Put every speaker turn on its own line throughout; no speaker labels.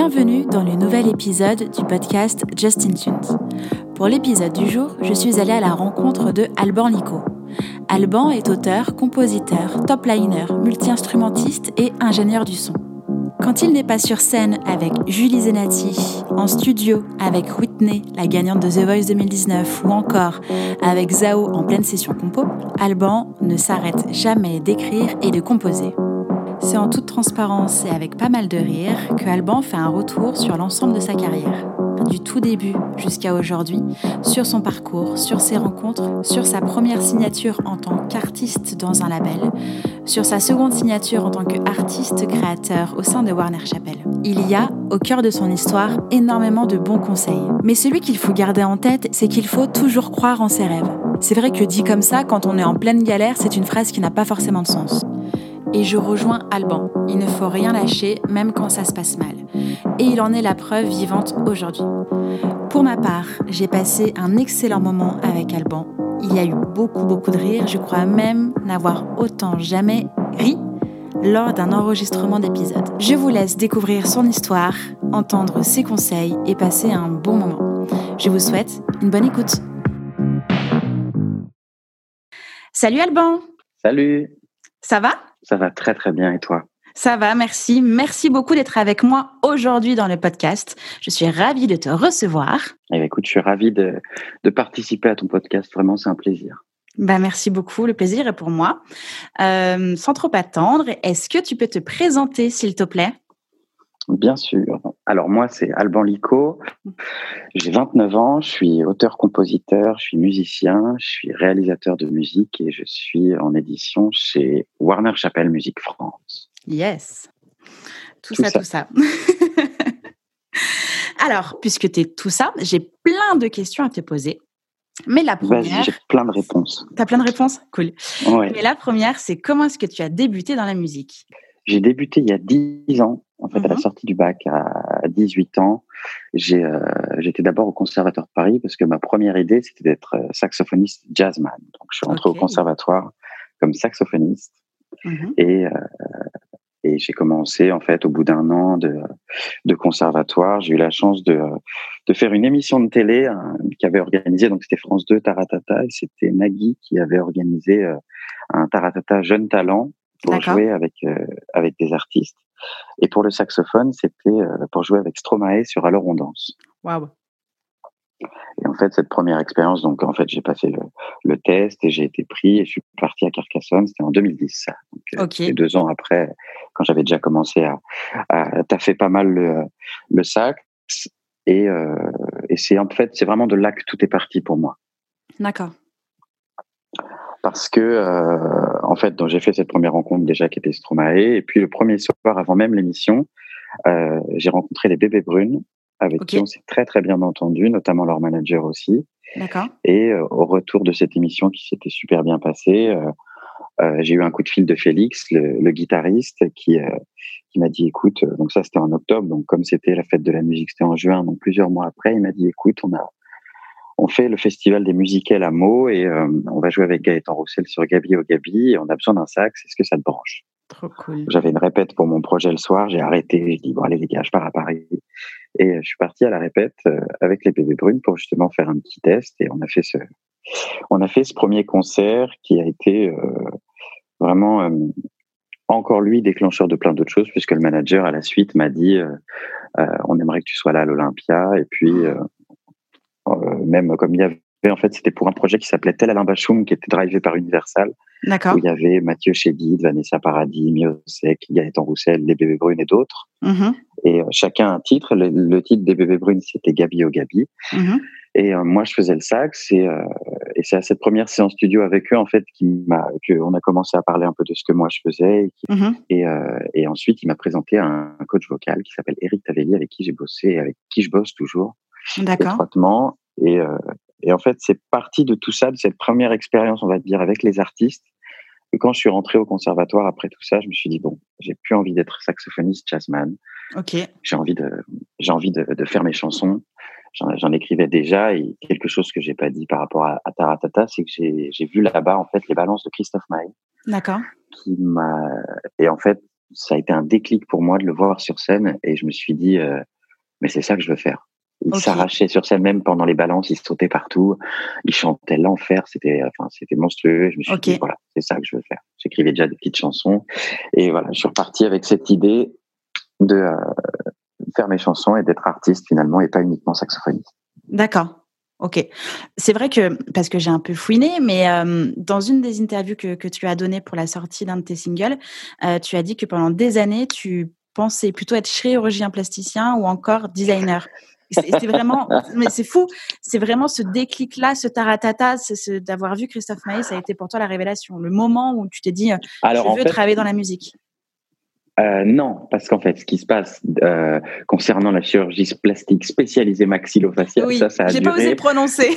Bienvenue dans le nouvel épisode du podcast Just in Tunes. Pour l'épisode du jour, je suis allée à la rencontre de Alban Licot. Alban est auteur, compositeur, top-liner, multi-instrumentiste et ingénieur du son. Quand il n'est pas sur scène avec Julie Zenati, en studio avec Whitney, la gagnante de The Voice 2019, ou encore avec Zao en pleine session compo, Alban ne s'arrête jamais d'écrire et de composer. C'est en toute transparence et avec pas mal de rire que Alban fait un retour sur l'ensemble de sa carrière. Du tout début jusqu'à aujourd'hui, sur son parcours, sur ses rencontres, sur sa première signature en tant qu'artiste dans un label, sur sa seconde signature en tant qu'artiste-créateur au sein de Warner Chappell. Il y a, au cœur de son histoire, énormément de bons conseils. Mais celui qu'il faut garder en tête, c'est qu'il faut toujours croire en ses rêves. C'est vrai que dit comme ça, quand on est en pleine galère, c'est une phrase qui n'a pas forcément de sens. Et je rejoins Alban. Il ne faut rien lâcher, même quand ça se passe mal. Et il en est la preuve vivante aujourd'hui. Pour ma part, j'ai passé un excellent moment avec Alban. Il y a eu beaucoup de rires. Je crois même n'avoir autant jamais ri lors d'un enregistrement d'épisode. Je vous laisse découvrir son histoire, entendre ses conseils et passer un bon moment. Je vous souhaite une bonne écoute. Salut Alban.
Salut.
Ça va ?
Ça va très très bien et toi ?
Ça va, merci. Merci beaucoup d'être avec moi aujourd'hui dans le podcast. Je suis ravie de te recevoir.
Eh bien, écoute, je suis ravi de participer à ton podcast. Vraiment, c'est un plaisir.
Merci beaucoup. Le plaisir est pour moi. Sans trop attendre, est-ce que tu peux te présenter, s'il te plaît ?
Bien sûr. Alors moi, c'est Alban Licot. J'ai 29 ans. Je suis auteur-compositeur. Je suis musicien. Je suis réalisateur de musique et je suis en édition chez Warner Chappell Musique France.
Yes. Tout ça. Alors, puisque tu es tout ça, j'ai plein de questions à te poser. Mais la première...
Vas-y, j'ai plein de réponses.
T'as plein de réponses ? Cool.
Ouais.
Mais la première, c'est comment est-ce que tu as débuté dans la musique ?
J'ai débuté il y a 10 ans, en fait, à la sortie du bac, à 18 ans. J'étais d'abord au Conservatoire de Paris parce que ma première idée, c'était d'être saxophoniste jazzman. Donc, je suis rentré au Conservatoire comme saxophoniste et j'ai commencé, en fait, au bout d'un an de conservatoire. J'ai eu la chance de faire une émission de télé qui avait organisé, donc c'était France 2 Taratata, et c'était Nagui qui avait organisé un Taratata Jeune Talent pour jouer avec des artistes. Et pour le saxophone, c'était pour jouer avec Stromae sur Alors on danse.
Waouh.
Et en fait, cette première expérience, donc en fait, j'ai passé le test et j'ai été pris et je suis parti à Carcassonne. C'était en 2010. Donc, c'était 2 ans après, quand j'avais déjà commencé à taffer pas mal le sax. Et c'est en fait, c'est vraiment de là que tout est parti pour moi.
D'accord.
Parce que, en fait, donc j'ai fait cette première rencontre déjà qui était Stromae. Et puis le premier soir, avant même l'émission, j'ai rencontré les Bébés Brunes, avec qui on s'est très très bien entendu, notamment leur manager aussi.
D'accord.
Et au retour de cette émission qui s'était super bien passée, j'ai eu un coup de fil de Félix, le guitariste, qui m'a dit, écoute, donc ça c'était en octobre, donc comme c'était la fête de la musique, c'était en juin, donc plusieurs mois après, il m'a dit, écoute, on fait le festival des musicals à Meaux et on va jouer avec Gaëtan Roussel sur Gabi au Gabi et on a besoin d'un sax, est-ce que ça te branche ?
Trop cool.
J'avais une répète pour mon projet le soir, j'ai arrêté, je dis bon allez les gars, je pars à Paris. Et je suis parti à la répète avec les Bébés Brunes pour justement faire un petit test et on a fait ce premier concert qui a été vraiment encore lui déclencheur de plein d'autres choses puisque le manager à la suite m'a dit on aimerait que tu sois là à l'Olympia et puis même comme il y avait en fait c'était pour un projet qui s'appelait Tel Alain Bachung qui était drivé par Universal.
D'accord.
Où il y avait Mathieu Chédid, Vanessa Paradis, Miosek, Gaëtan Roussel, les Bébés Brunes et d'autres. Et chacun un titre. Le titre des Bébés Brunes, c'était Gabi au Gabi. Et moi, je faisais le sax. Et c'est à cette première séance studio avec eux, en fait, qu'on a commencé à parler un peu de ce que moi je faisais. Et ensuite, il m'a présenté un coach vocal qui s'appelle Eric Tavelli, avec qui j'ai bossé et avec qui je bosse toujours étroitement. Et en fait, c'est parti de tout ça, de cette première expérience, on va dire, avec les artistes. Et quand je suis rentré au conservatoire après tout ça, je me suis dit, bon, j'ai plus envie d'être saxophoniste jazzman. J'ai envie de faire mes chansons. J'en écrivais déjà et quelque chose que j'ai pas dit par rapport à Taratata, c'est que j'ai vu là-bas, en fait, les balances de Christophe Maé.
D'accord.
Et en fait, ça a été un déclic pour moi de le voir sur scène et je me suis dit, mais c'est ça que je veux faire. Il s'arrachait sur scène, même pendant les balances, il sautait partout, il chantait l'enfer, c'était monstrueux. Je me suis dit, voilà, c'est ça que je veux faire. J'écrivais déjà des petites chansons, et voilà, je suis reparti avec cette idée de faire mes chansons et d'être artiste finalement, et pas uniquement saxophoniste.
D'accord. Ok. C'est vrai que, parce que j'ai un peu fouiné, mais dans une des interviews que tu as données pour la sortie d'un de tes singles, tu as dit que pendant des années, tu pensais plutôt être chirurgien plasticien ou encore designer. C'est vraiment, mais c'est fou, c'est vraiment ce déclic-là, ce taratata, d'avoir vu Christophe Maé, ça a été pour toi la révélation, le moment où tu t'es dit, je veux travailler dans la musique.
Non, parce qu'en fait, ce qui se passe concernant la chirurgie plastique spécialisée maxillofaciale,
oui,
ça a duré.
J'ai pas osé le prononcer.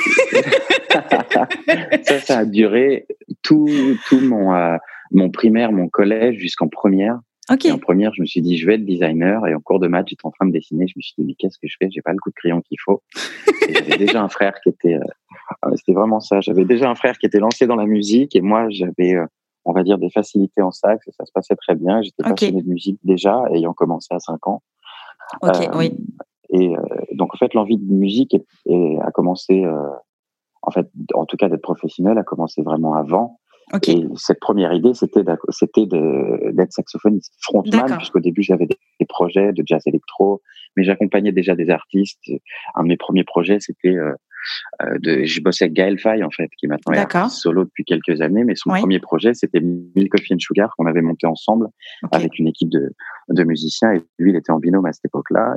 ça a duré tout mon primaire, mon collège jusqu'en première.
Okay.
Et en première, je me suis dit, je vais être designer. Et en cours de maths, j'étais en train de dessiner. Je me suis dit, mais qu'est-ce que je fais ? J'ai pas le coup de crayon qu'il faut. Et j'avais déjà un frère qui était, c'était vraiment ça. J'avais déjà un frère qui était lancé dans la musique, et moi, j'avais, on va dire, des facilités en sax. Et ça se passait très bien. J'étais passionné de musique déjà, ayant commencé à 5 ans.
Oui.
Et donc, en fait, l'envie de musique a commencé, en fait, en tout cas d'être professionnel, a commencé vraiment avant. Et cette première idée, c'était d'être saxophoniste, frontman, puisqu'au début, j'avais des projets de jazz électro, mais j'accompagnais déjà des artistes. Un de mes premiers projets, c'était je bossais avec Gaël Faye, en fait, qui maintenant est artiste solo depuis quelques années, mais son premier projet, c'était Milk Coffee and Sugar, qu'on avait monté ensemble avec une équipe de musiciens, et lui, il était en binôme à cette époque-là,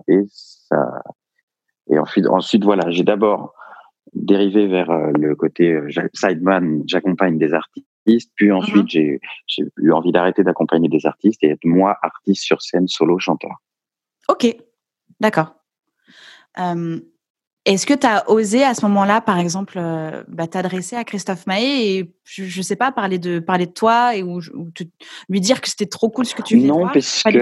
et ensuite, voilà, j'ai d'abord dérivé vers le côté sideman, j'accompagne des artistes, puis ensuite j'ai eu envie d'arrêter d'accompagner des artistes et être moi artiste sur scène, solo, chanteur.
Ok, d'accord. Est-ce que tu as osé à ce moment-là, par exemple, t'adresser à Christophe Maé et je sais pas, parler de toi et lui dire que c'était trop cool ce que tu venais de voir ?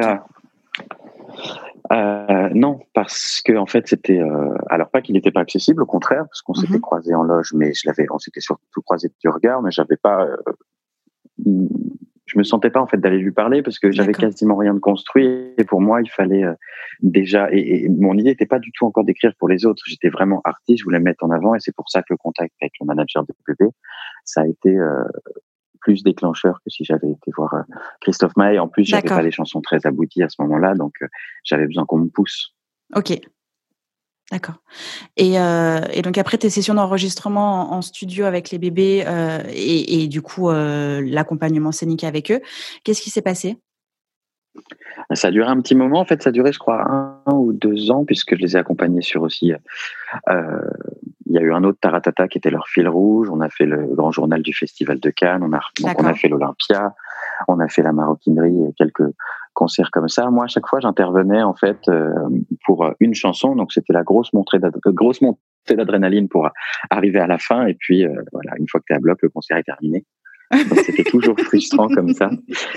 Non, parce que en fait c'était alors pas qu'il n'était pas accessible, au contraire, parce qu'on s'était croisés en loge, mais on s'était surtout croisés du regard, mais j'avais pas, je me sentais pas en fait d'aller lui parler parce que j'avais quasiment rien de construit, et pour moi il fallait déjà, et mon idée n'était pas du tout encore d'écrire pour les autres. J'étais vraiment artiste, je voulais me mettre en avant, et c'est pour ça que le contact avec le manager de bébé, ça a été plus déclencheur que si j'avais été voir Christophe Maé. En plus, j'avais pas des chansons très abouties à ce moment-là, donc j'avais besoin qu'on me pousse.
Ok, d'accord. Et donc après tes sessions d'enregistrement en studio avec les bébés et du coup l'accompagnement scénique avec eux, qu'est-ce qui s'est passé ?
Ça a duré un petit moment, en fait, ça a duré, je crois, 1 ou 2 ans, puisque je les ai accompagnés sur aussi. Il y a eu un autre taratata qui était leur fil rouge. On a fait le grand journal du Festival de Cannes. On a fait l'Olympia. On a fait la maroquinerie et quelques concerts comme ça. Moi, à chaque fois, j'intervenais en fait pour une chanson. Donc, c'était la grosse montée d'adrénaline pour arriver à la fin. Et puis, voilà, une fois que tu es à bloc, le concert est terminé. Donc, c'était toujours frustrant comme ça.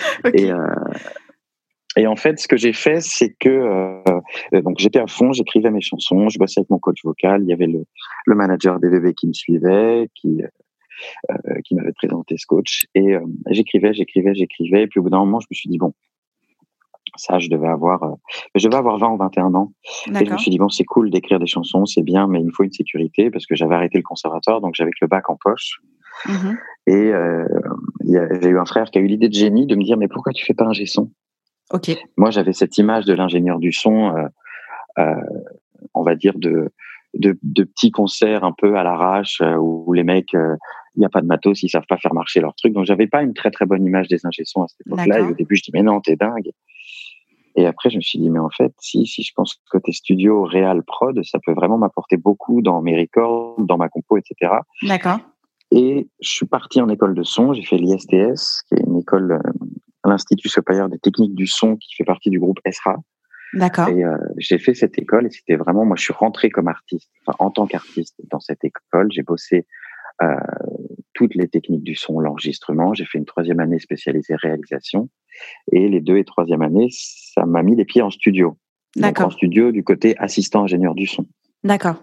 Et en fait, ce que j'ai fait, c'est que donc j'étais à fond, j'écrivais mes chansons, je bossais avec mon coach vocal, il y avait le manager des bébés qui me suivait, qui m'avait présenté ce coach, et j'écrivais, et puis au bout d'un moment, je me suis dit, bon, ça, je devais avoir 20 ou 21 ans, et je me suis dit, bon, c'est cool d'écrire des chansons, c'est bien, mais il me faut une sécurité, parce que j'avais arrêté le conservatoire, donc j'avais que le bac en poche. Et j'ai eu un frère qui a eu l'idée de génie de me dire, mais pourquoi tu fais pas un G-son ? Moi, j'avais cette image de l'ingénieur du son, on va dire de petits concerts un peu à l'arrache, où les mecs, il n'y a pas de matos, ils savent pas faire marcher leur truc. Donc, j'avais pas une très très bonne image des ingé-sons à cette époque-là. Et au début, je dis mais non, t'es dingue. Et après, je me suis dit mais en fait, si je pense côté studio, réal, prod, ça peut vraiment m'apporter beaucoup dans mes records, dans ma compo, etc.
D'accord.
Et je suis parti en école de son. J'ai fait l'ISTS, qui est une école, l'Institut supérieur des techniques du son, qui fait partie du groupe ESRA.
D'accord.
Et j'ai fait cette école, et c'était vraiment, moi, je suis rentré comme artiste, enfin, en tant qu'artiste dans cette école. J'ai bossé toutes les techniques du son, l'enregistrement. J'ai fait une 3e année spécialisée réalisation, et les 2 et 3e années, ça m'a mis les pieds en studio.
D'accord.
Donc, en studio du côté assistant ingénieur du son.
D'accord.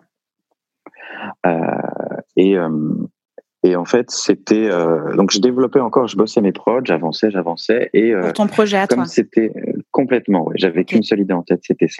Et en fait, c'était donc je développais encore, je bossais mes prods, j'avançais, et
pour ton projet à
comme
toi.
c'était complètement, j'avais qu'une seule idée en tête, c'était ça.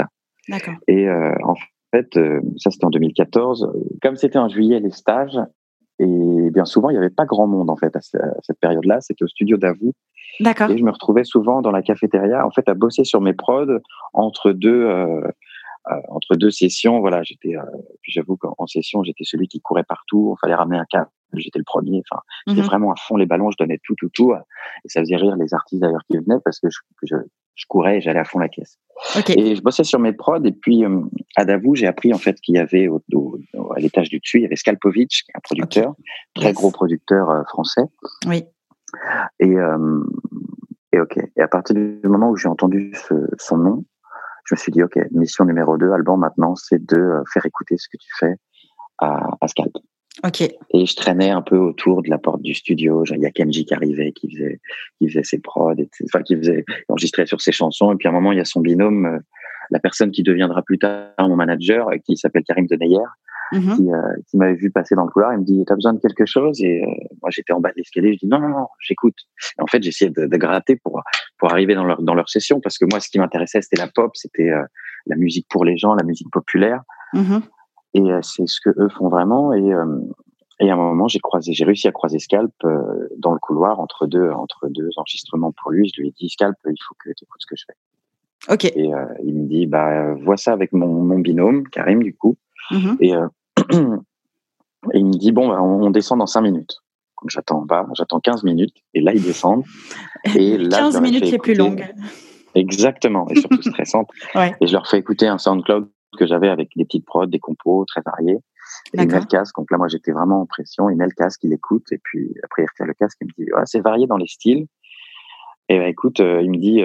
D'accord.
Et en fait, ça c'était en 2014. Comme c'était en juillet les stages, et bien souvent il y avait pas grand monde en fait à cette période-là. C'était au studio d'Avou.
D'accord.
Et je me retrouvais souvent dans la cafétéria en fait à bosser sur mes prods entre deux sessions. Voilà, puis j'avoue qu'en session j'étais celui qui courait partout. Il fallait ramener un câble, j'étais le premier. Enfin, j'étais vraiment à fond les ballons. Je donnais tout. Et ça faisait rire les artistes d'ailleurs qui venaient parce que je courais et j'allais à fond la caisse.
Okay.
Et je bossais sur mes prods. Et puis à Davout, j'ai appris en fait qu'il y avait à l'étage du dessus, il y avait Skalpovic, qui est un producteur, très gros producteur français.
Oui.
Et ok. Et à partir du moment où j'ai entendu son nom, je me suis dit, ok, mission numéro 2, Alban, maintenant, c'est de faire écouter ce que tu fais à Skalp.
Ok.
Et je traînais un peu autour de la porte du studio. Il y a Kenji qui arrivait, qui faisait ses prods, qui enregistrait sur ses chansons. Et puis à un moment, il y a son binôme, la personne qui deviendra plus tard mon manager, qui s'appelle Karim Deneyer, qui m'avait vu passer dans le couloir. Il me dit, t'as besoin de quelque chose? Et moi, j'étais en bas de l'escalier. Je dis, non, j'écoute. Et en fait, j'essayais de gratter pour arriver dans leur session, parce que moi, ce qui m'intéressait, c'était la pop, c'était la musique pour les gens, la musique populaire. Et c'est ce que eux font vraiment. Et à un moment, j'ai réussi à croiser Skalp dans le couloir entre deux enregistrements pour lui. Je lui ai dit, Skalp, il faut que tu écoutes ce que je fais.
Ok.
Et il me dit, vois ça avec mon binôme, Karim, du coup. Et il me dit, bon, on descend dans 5 minutes. Donc, j'attends en bas, j'attends 15 minutes. Et là, ils descendent. Et là,
15 minutes les plus longues.
Exactement. Et surtout stressantes.
Ouais.
Et je leur fais écouter un SoundCloud que j'avais avec des petites prods, des compos très variés. Et il met le casque. Donc là, moi, j'étais vraiment en pression. Il met le casque, il écoute. Et puis après, il retire le casque et me dit, c'est varié dans les styles. Et écoute, il me dit,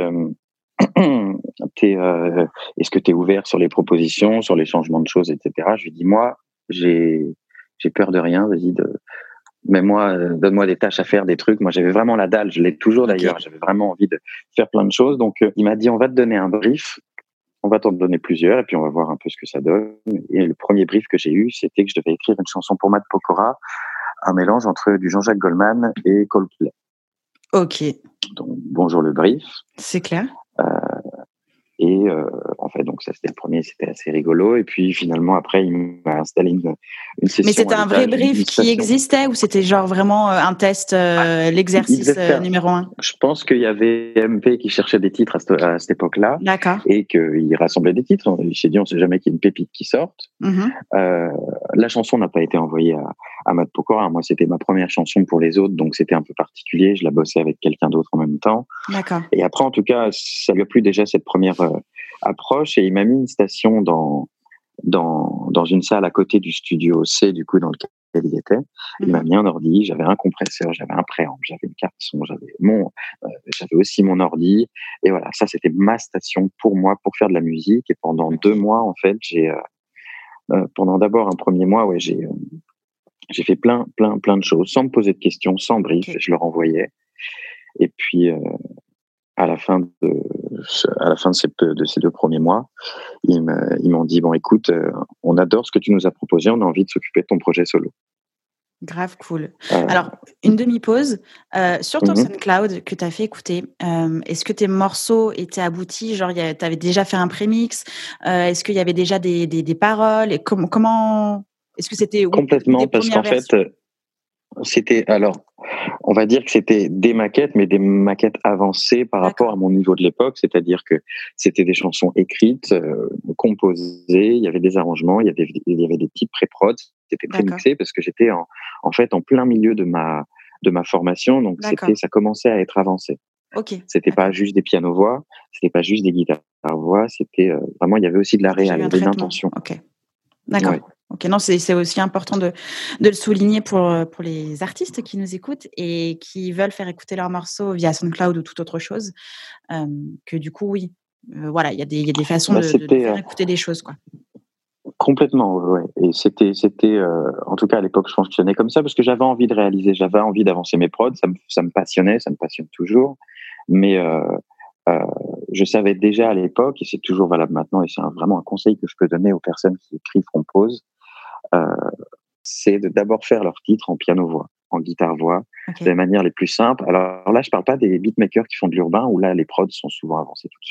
est-ce que tu es ouvert sur les propositions, sur les changements de choses, etc. Je lui dis, moi, j'ai peur de rien. Vas-y, donne-moi des tâches à faire, des trucs. Moi, j'avais vraiment la dalle. Je l'ai toujours d'ailleurs. J'avais vraiment envie de faire plein de choses. Donc, il m'a dit, on va te donner un brief. On va t'en donner plusieurs et puis on va voir un peu ce que ça donne. Et le premier brief que j'ai eu, c'était que je devais écrire une chanson pour Matt Pokora, un mélange entre du Jean-Jacques Goldman et Coldplay.
Ok.
Donc, bonjour le brief.
C'est clair.
Et en fait, donc ça c'était le premier, c'était assez rigolo. Et puis finalement après, il m'a installé une session.
Mais c'était un vrai brief qui existait ou c'était genre vraiment un test, l'exercice numéro 1?
Je pense qu'il y avait MP qui cherchait des titres à cette époque-là.
D'accord.
Et qu'il rassemblait des titres. Il s'est dit, on ne sait jamais qu'il y a une pépite qui sorte. La chanson n'a pas été envoyée à Matt Pokora. Moi, c'était ma première chanson pour les autres, donc c'était un peu particulier. Je la bossais avec quelqu'un d'autre en même temps.
D'accord.
Et après, en tout cas, ça lui a plu déjà cette première approche et il m'a mis une station dans une salle à côté du studio C, du coup, dans lequel il était. Il m'a mis un ordi, j'avais un compresseur, j'avais un préamp, j'avais une carte son, j'avais aussi mon ordi. Et voilà, ça, c'était ma station pour moi, pour faire de la musique. Et pendant 2 mois, en fait, pendant d'abord un premier mois, j'ai fait plein de choses, sans me poser de questions, sans brief, je leur envoyais. Et puis, à la fin de ces 2 premiers mois, ils m'ont dit, bon, écoute, on adore ce que tu nous as proposé, on a envie de s'occuper de ton projet solo.
Grave cool. Alors, une demi-pause. Sur ton SoundCloud que tu as fait écouter, est-ce que tes morceaux étaient aboutis? Genre, tu avais déjà fait un prémix? Est-ce qu'il y avait déjà des paroles? Et comment est-ce que c'était
complètement, parce qu'en fait, c'était, alors, on va dire que c'était des maquettes, mais des maquettes avancées par rapport à mon niveau de l'époque. C'est-à-dire que c'était des chansons écrites, composées, il y avait des arrangements, il y avait des petites pré-prods, c'était prémixé parce que j'étais en fait en plein milieu de ma formation, donc ça commençait à être avancé. C'était pas juste des pianos-voix, c'était pas juste des guitares-voix, c'était vraiment, il y avait aussi de la réal, il y avait une intention.
D'accord. Ouais. Ok, non, c'est aussi important de le souligner pour les artistes qui nous écoutent et qui veulent faire écouter leurs morceaux via SoundCloud ou toute autre chose. Que du coup, oui, voilà, il y a des façons de faire écouter des choses, quoi.
Complètement, ouais. Et c'était en tout cas à l'époque, je fonctionnais comme ça parce que j'avais envie de réaliser, j'avais envie d'avancer mes prods, ça me passionnait, ça me passionne toujours. Mais je savais déjà à l'époque, et c'est toujours valable maintenant, et c'est vraiment un conseil que je peux donner aux personnes qui écrivent, composent, c'est de d'abord faire leur titre en piano-voix, en guitare-voix, de la manière les plus simples. Alors là, je parle pas des beatmakers qui font de l'urbain, où là, les prods sont souvent avancés tout de suite.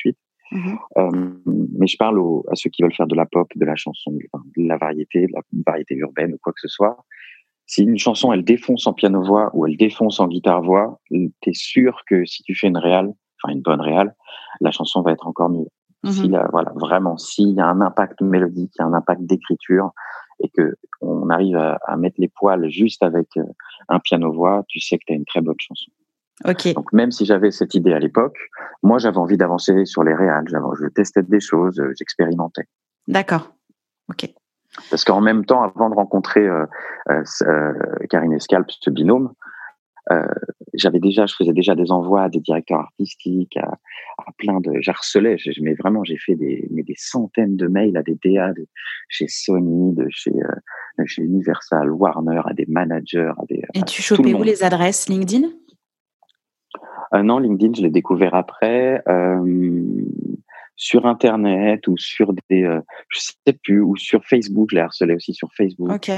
Mais je parle à ceux qui veulent faire de la pop, de la chanson, de la variété urbaine ou quoi que ce soit. Si une chanson, elle défonce en piano-voix ou elle défonce en guitare-voix, t'es sûr que si tu fais une bonne réal, la chanson va être encore mieux. Vraiment, s'il y a un impact mélodique, il y a un impact d'écriture, et que on arrive à mettre les poils juste avec un piano-voix, tu sais que tu as une très bonne chanson.
Okay.
Donc, même si j'avais cette idée à l'époque, moi, j'avais envie d'avancer sur les réals. Je testais des choses, j'expérimentais.
D'accord. Ok.
Parce qu'en même temps, avant de rencontrer Karine et Scalp, ce binôme, je faisais déjà des envois à des directeurs artistiques, à plein de, j'harcelais, j'ai fait des centaines de mails à des DA de chez Sony, de chez Universal, Warner, à des managers,
Et tu chopais où les adresses LinkedIn?
Non, LinkedIn, je l'ai découvert après, sur Internet ou sur je sais plus, ou sur Facebook, je l'ai harcelé aussi sur Facebook.
Ok.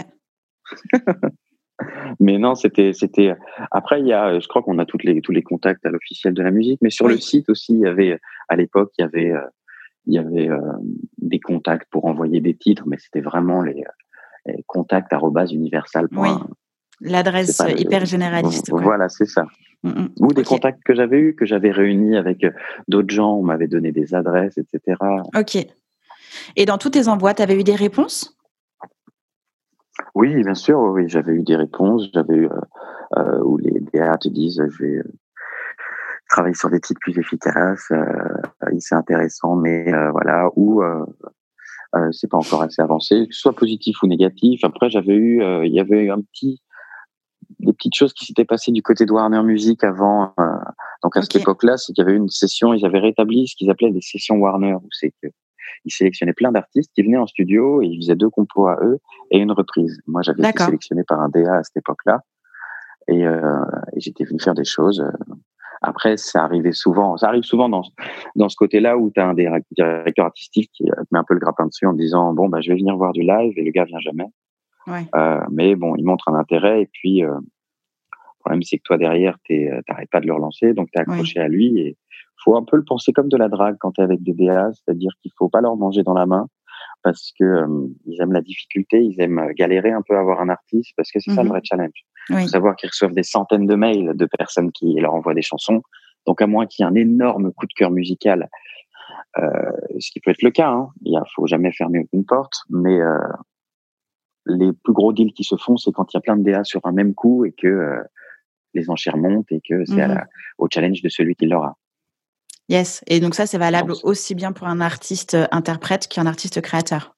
Mais non, c'était. Après, je crois qu'on a tous les contacts à l'officiel de la musique, mais sur le site aussi, il y avait, à l'époque, il y avait des contacts pour envoyer des titres, mais c'était vraiment les contacts @universal.
Oui. L'adresse hyper généraliste. Quoi.
Voilà, c'est ça. Ou des contacts que j'avais eus, que j'avais réunis avec d'autres gens, on m'avait donné des adresses, etc.
Ok. Et dans tous tes envois, tu avais eu des réponses?
Oui, bien sûr, oui, j'avais eu des réponses. J'avais eu où les DA te disent je vais travailler sur des titres plus efficaces, c'est intéressant, mais voilà, ou c'est pas encore assez avancé, que ce soit positif ou négatif. Après, il y avait eu des petites choses qui s'étaient passées du côté de Warner Music avant. Donc à cette époque-là, c'est qu'il y avait eu une session, ils avaient rétabli ce qu'ils appelaient des sessions Warner, où c'est que ils sélectionnaient plein d'artistes qui venaient en studio et ils faisaient 2 compos à eux et une reprise. Moi, j'avais été sélectionné par un DA à cette époque-là et j'étais venu faire des choses. Après, ça arrive souvent dans ce côté-là où tu as un directeur artistique qui met un peu le grappin dessus en disant bon, je vais venir voir du live et le gars vient jamais.
Ouais.
Mais bon, il montre un intérêt et puis le problème, c'est que toi derrière, t'arrêtes pas de le relancer, donc t'es accroché à lui et faut un peu le penser comme de la drague quand t'es avec des DA, c'est-à-dire qu'il faut pas leur manger dans la main parce que ils aiment la difficulté, ils aiment galérer un peu à avoir un artiste parce que c'est ça le vrai challenge. Il faut savoir qu'ils reçoivent des centaines de mails de personnes qui leur envoient des chansons, donc à moins qu'il y ait un énorme coup de cœur musical, ce qui peut être le cas, hein, il faut jamais fermer aucune porte, mais les plus gros deals qui se font, c'est quand il y a plein de DA sur un même coup et que les enchères montent et que c'est au challenge de celui qui l'aura.
Yes. Et donc ça, c'est valable aussi bien pour un artiste interprète qu'un artiste créateur.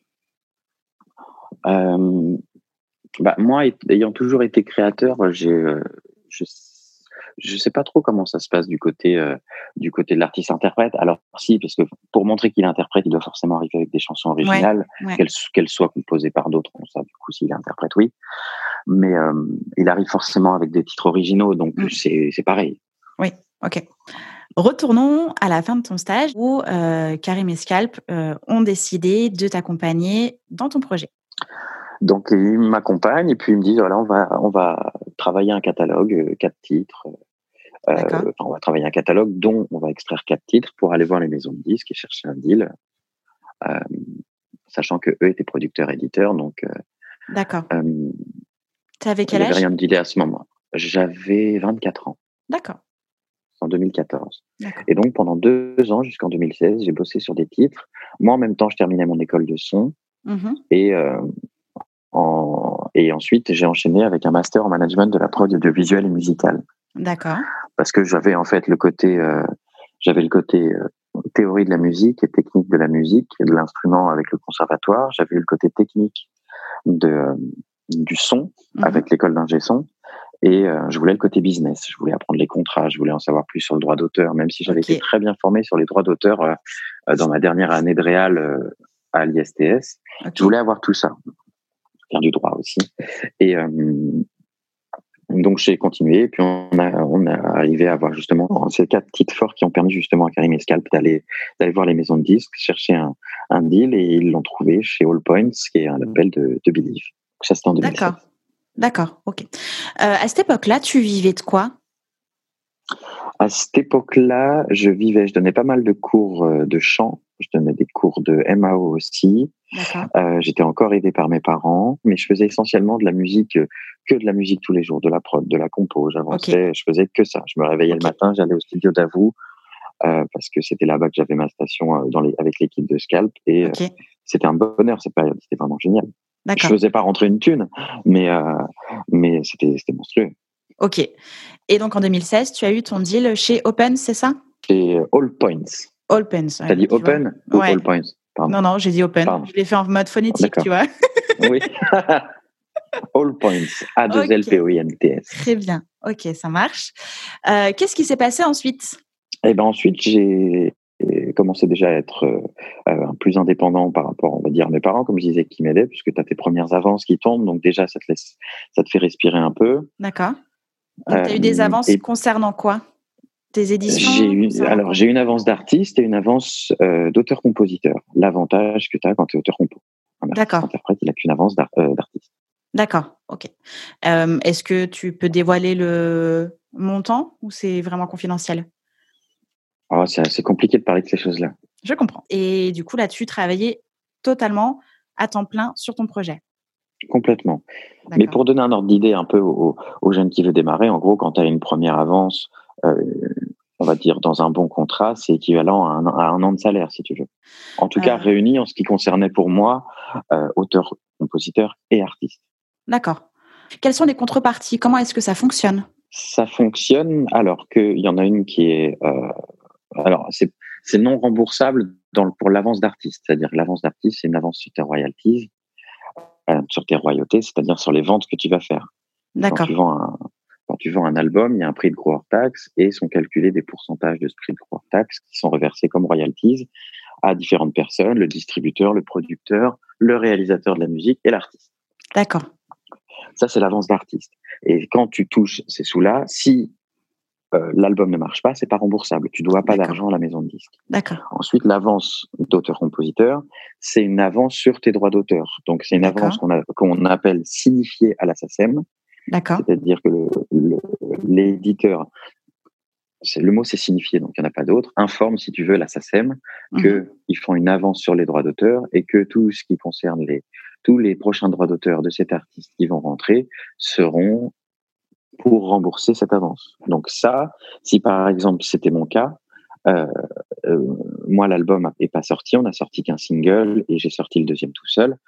Moi, ayant toujours été créateur, je sais pas trop comment ça se passe du côté de l'artiste interprète. Alors si, parce que pour montrer qu'il interprète, il doit forcément arriver avec des chansons originales, qu'elles soient composées par d'autres. Bon, ça, du coup, s'il interprète, oui. Mais il arrive forcément avec des titres originaux, donc c'est pareil.
Oui, ok. Retournons à la fin de ton stage où Karim et Scalp ont décidé de t'accompagner dans ton projet.
Donc, ils m'accompagnent et puis ils me disent, voilà, on va travailler un catalogue, 4 titres. On va travailler un catalogue dont on va extraire 4 titres pour aller voir les maisons de disques et chercher un deal. Sachant que eux étaient producteurs-éditeurs, donc...
D'accord. T'avais quel âge?
J'avais rien de dealé à ce moment. J'avais 24 ans.
D'accord.
En 2014. D'accord. Et donc, pendant 2 ans, jusqu'en 2016, j'ai bossé sur des titres. Moi, en même temps, je terminais mon école de son. Et ensuite, j'ai enchaîné avec un master en management de la prod audiovisuelle et musicale.
D'accord.
Parce que j'avais en fait le côté théorie de la musique et technique de la musique et de l'instrument avec le conservatoire. J'avais eu le côté technique du son avec l'école d'ingé son. Et je voulais le côté business, je voulais apprendre les contrats, je voulais en savoir plus sur le droit d'auteur, même si j'avais été très bien formé sur les droits d'auteur dans ma dernière année de réal à l'ISTS. Je voulais avoir tout ça, faire du droit aussi. Et donc j'ai continué, et puis on a arrivé à avoir justement ces 4 titres forts qui ont permis justement à Karim et Scalp d'aller voir les maisons de disques, chercher un deal, et ils l'ont trouvé chez All Points, qui est un label de Believe. Ça, c'était en 2016.
D'accord, ok. À cette époque-là, tu vivais de quoi?
À cette époque-là, je donnais pas mal de cours de chant, je donnais des cours de MAO aussi. J'étais encore aidé par mes parents, mais je faisais essentiellement de la musique, que de la musique tous les jours, de la prod, de la compo. J'avançais, je faisais que ça. Je me réveillais le matin, j'allais au studio d'Avou, parce que c'était là-bas que j'avais ma station avec l'équipe de Scalp, et c'était un bonheur cette période, c'était vraiment génial. Je faisais pas rentrer une thune, mais c'était monstrueux.
Ok. Et donc en 2016, tu as eu ton deal chez Open, c'est ça?
Chez All Points.
All Points.
T'as dit Open ou All Points?
Pardon. Non, j'ai dit Open. Pardon. Je l'ai fait en mode phonétique, tu vois.
Oui. All Points. A2LPOINTS.
Très bien. Ok, ça marche. Qu'est-ce qui s'est passé ensuite?
Eh ben ensuite, j'ai commencé déjà à être plus indépendant par rapport, on va dire, à mes parents, comme je disais, qui m'aidaient, puisque tu as tes premières avances qui tombent, donc déjà, ça te fait respirer un peu.
D'accord. Donc, tu as eu des avances concernant quoi? Tes éditions?
J'ai une avance d'artiste et une avance d'auteur-compositeur. L'avantage que tu as quand tu es auteur-compo. Un artiste interprète, il n'a qu'une avance d'artiste.
D'accord, ok. Est-ce que tu peux dévoiler le montant ou c'est vraiment confidentiel?
C'est assez compliqué de parler de ces choses-là.
Je comprends. Et du coup, là-dessus, travailler totalement à temps plein sur ton projet?
Complètement. D'accord. Mais pour donner un ordre d'idée un peu aux jeunes qui veulent démarrer, en gros, quand tu as une première avance, on va dire dans un bon contrat, c'est équivalent à un an de salaire, si tu veux. En tout cas, réuni en ce qui concernait pour moi, auteur, compositeur et artiste.
D'accord. Quelles sont les contreparties? Comment est-ce que ça fonctionne?
Ça fonctionne alors qu'il y en a une qui est... c'est non remboursable pour l'avance d'artiste. C'est-à-dire que l'avance d'artiste, c'est une avance sur tes royalties, sur tes royautés, c'est-à-dire sur les ventes que tu vas faire.
D'accord.
Quand tu vends un album, il y a un prix de gros hors taxe et sont calculés des pourcentages de ce prix de gros hors taxe qui sont reversés comme royalties à différentes personnes, le distributeur, le producteur, le réalisateur de la musique et l'artiste.
D'accord.
Ça, c'est l'avance d'artiste. Et quand tu touches ces sous-là, si l'album ne marche pas, c'est pas remboursable. Tu dois pas d'argent à la maison de disque.
D'accord.
Ensuite, l'avance d'auteur-compositeur, c'est une avance sur tes droits d'auteur. Donc, c'est une avance qu'on appelle signifiée à la SACEM.
D'accord.
C'est-à-dire que l'éditeur, le mot c'est signifié, donc il n'y en a pas d'autre, informe, si tu veux, la SACEM qu'ils font une avance sur les droits d'auteur et que tout ce qui concerne tous les prochains droits d'auteur de cet artiste qui vont rentrer seront pour rembourser cette avance. Donc ça, si par exemple c'était mon cas, moi l'album n'est pas sorti, on a sorti qu'un single et j'ai sorti le deuxième tout seul.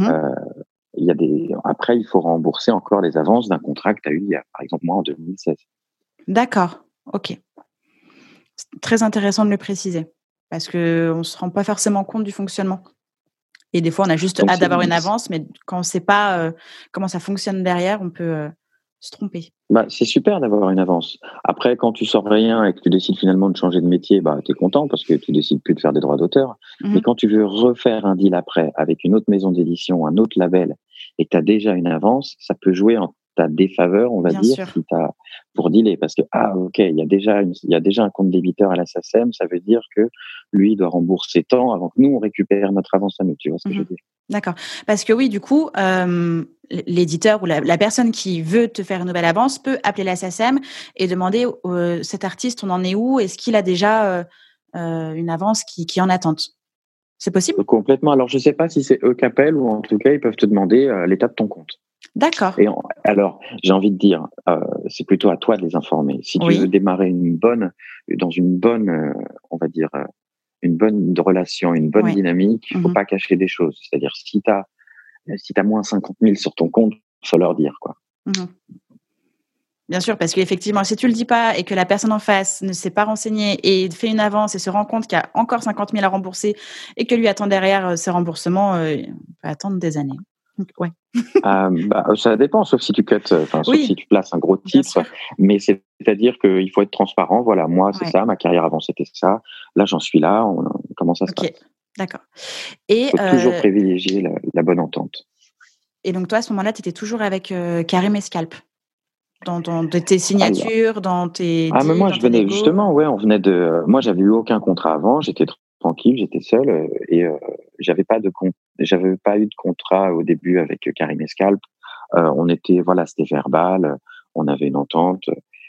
Après, il faut rembourser encore les avances d'un contrat que tu as eu, par exemple, moi, en 2016.
D'accord, ok. C'est très intéressant de le préciser parce qu'on ne se rend pas forcément compte du fonctionnement. Et des fois, on a juste hâte d'avoir une avance, mais quand on ne sait pas comment ça fonctionne derrière, on peut se tromper.
C'est super d'avoir une avance. Après, quand tu sors rien et que tu décides finalement de changer de métier, tu es content parce que tu décides plus de faire des droits d'auteur. Mais quand tu veux refaire un deal après avec une autre maison d'édition, un autre label, et que tu as déjà une avance, ça peut jouer en ta défaveur, on va dire, si pour dealer. Parce que, il y a déjà un compte débiteur à la SACEM, ça veut dire que lui, il doit rembourser tant avant que nous, on récupère notre avance à nous. Tu vois ce que je veux dire?
D'accord. Parce que oui, du coup, l'éditeur ou la personne qui veut te faire une nouvelle avance peut appeler la SACEM et demander cet artiste, on en est où? Est-ce qu'il a déjà une avance qui est en attente? C'est possible?
Complètement. Alors, je ne sais pas si c'est eux qui appellent ou en tout cas, ils peuvent te demander l'état de ton compte.
D'accord.
Alors, j'ai envie de dire, c'est plutôt à toi de les informer. Si tu veux démarrer dans une bonne, on va dire, une bonne relation, une bonne dynamique, il ne faut pas cacher des choses. C'est-à-dire, si tu as moins 50 000 sur ton compte, il faut leur dire, quoi.
Bien sûr, parce qu'effectivement, si tu le dis pas et que la personne en face ne s'est pas renseignée et fait une avance et se rend compte qu'il y a encore 50 000 à rembourser et que lui attend derrière ses remboursements, on peut attendre des années. Donc,
ça dépend, sauf si tu sauf si tu places un gros titre. Mais c'est-à-dire qu'il faut être transparent. Voilà, moi, c'est ça, ma carrière avant, c'était ça. Là, j'en suis là. Comment ça se passe?
D'accord. Il
faut toujours privilégier la bonne entente.
Et donc, toi, à ce moment-là, tu étais toujours avec Karim et Scalp dans tes signatures, dans tes deals,
mais moi, je venais justement, moi, j'avais eu aucun contrat avant. J'étais tranquille, j'étais seul et j'avais pas eu de contrat au début avec Karim et Scalp. C'était verbal, on avait une entente. Et puis,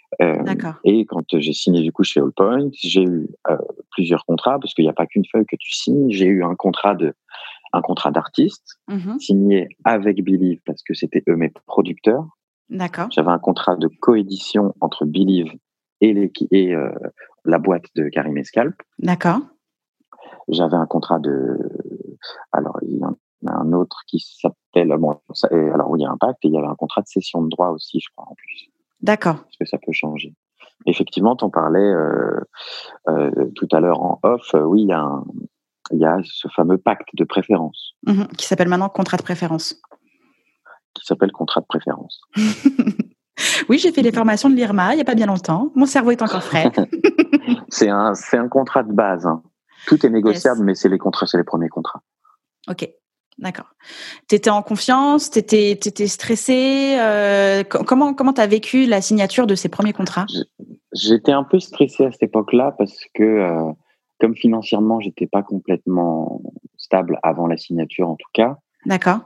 D'accord.
Et quand j'ai signé du coup chez Allpoint, j'ai eu plusieurs contrats parce qu'il n'y a pas qu'une feuille que tu signes. J'ai eu un contrat d'artiste signé avec Believe parce que c'était eux mes producteurs.
D'accord.
J'avais un contrat de coédition entre Believe et la boîte de Karim Escalp.
D'accord.
J'avais un contrat alors il y en a un autre qui s'appelle alors oui, il y a Impact, et il y avait un contrat de cession de droit aussi, je crois, en plus.
D'accord.
Parce que ça peut changer. Effectivement, tu en parlais tout à l'heure en off. Oui, il y a ce fameux pacte de préférence.
Qui s'appelle maintenant contrat de préférence.
Qui s'appelle contrat de préférence.
Oui, j'ai fait les formations de l'IRMA il n'y a pas bien longtemps. Mon cerveau est encore frais.
C'est un contrat de base. Hein. Tout est négociable, mais c'est les premiers contrats.
Ok, d'accord. Tu étais en confiance, tu étais stressé. Comment tu as vécu la signature de ces premiers contrats ?
J'étais un peu stressé à cette époque-là parce que, comme financièrement, j'étais pas complètement stable avant la signature, en tout cas.
D'accord.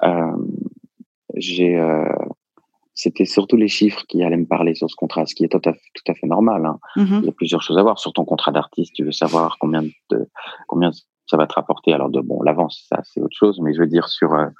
C'était surtout les chiffres qui allaient me parler sur ce contrat, ce qui est tout à fait normal. Hein. Il y a plusieurs choses à voir. Sur ton contrat d'artiste, tu veux savoir combien ça va te rapporter. Alors, l'avance, ça, c'est autre chose. Mais je veux dire,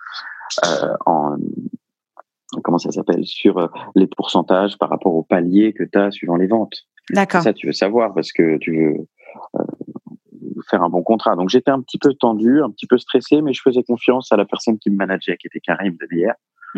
comment ça s'appelle ? Sur les pourcentages par rapport au palier que tu as suivant les ventes.
D'accord.
C'est ça, tu veux savoir parce que tu veux faire un bon contrat. Donc, j'étais un petit peu tendu, un petit peu stressé, mais je faisais confiance à la personne qui me manageait, qui était Karim de DR.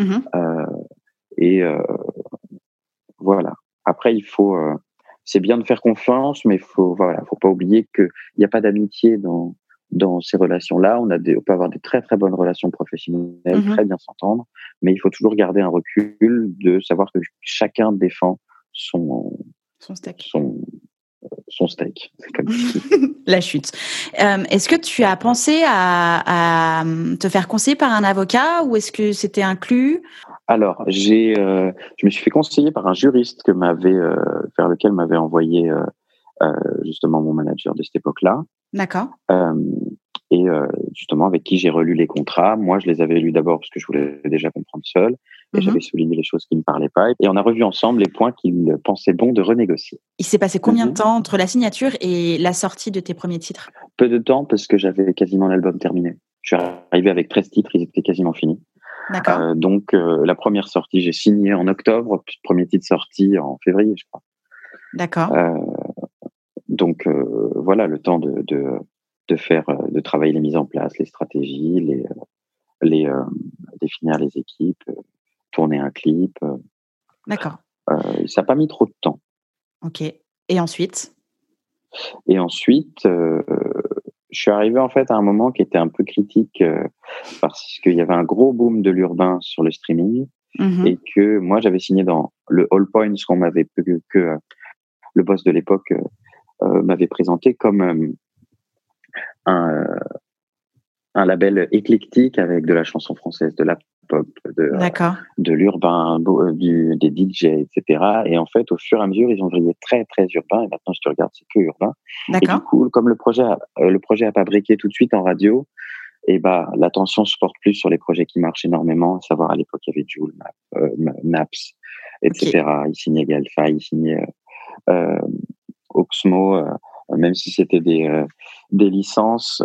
Voilà. Après, c'est bien de faire confiance, mais faut pas oublier qu'il n'y a pas d'amitié dans ces relations-là. On peut avoir des très très bonnes relations professionnelles, très bien s'entendre, mais il faut toujours garder un recul de savoir que chacun défend son
steak.
Son steak. Comme
la chute. Est-ce que tu as pensé à te faire conseiller par un avocat ou est-ce que c'était inclus ?
Alors, je me suis fait conseiller par un juriste vers lequel m'avait envoyé justement mon manager de cette époque-là.
D'accord.
Et justement, avec qui j'ai relu les contrats. Moi, je les avais lus d'abord parce que je voulais déjà comprendre seul. Et j'avais souligné les choses qui ne me parlaient pas. Et on a revu ensemble les points qu'il pensait bon de renégocier.
Il s'est passé combien de temps entre la signature et la sortie de tes premiers titres ?
Peu de temps parce que j'avais quasiment l'album terminé. Je suis arrivé avec 13 titres, ils étaient quasiment finis.
D'accord.
Donc, la première sortie, j'ai signé en octobre, puis le premier titre sorti en février, je crois.
D'accord.
Donc, voilà, le temps de travailler les mises en place, les stratégies, définir les équipes, tourner un clip.
D'accord.
Ça n'a pas mis trop de temps.
Ok. Et ensuite ?
Et ensuite, je suis arrivé en fait à un moment qui était un peu critique parce qu'il y avait un gros boom de l'urbain sur le streaming et que moi j'avais signé dans le Allpoint, ce que le boss de l'époque m'avait présenté comme un label éclectique avec de la chanson française, de la pop, de l'urbain, des DJ, etc. Et en fait, au fur et à mesure, ils ont grillé très, très urbain. Et maintenant, je te regarde, c'est que urbain.
D'accord.
Et du coup, comme le projet a pas briqué tout de suite en radio, et l'attention se porte plus sur les projets qui marchent énormément. À savoir, à l'époque, il y avait Jul, Naps, etc. Okay. Il signait Galfa, il signait Oxmo, même si c'était des licences,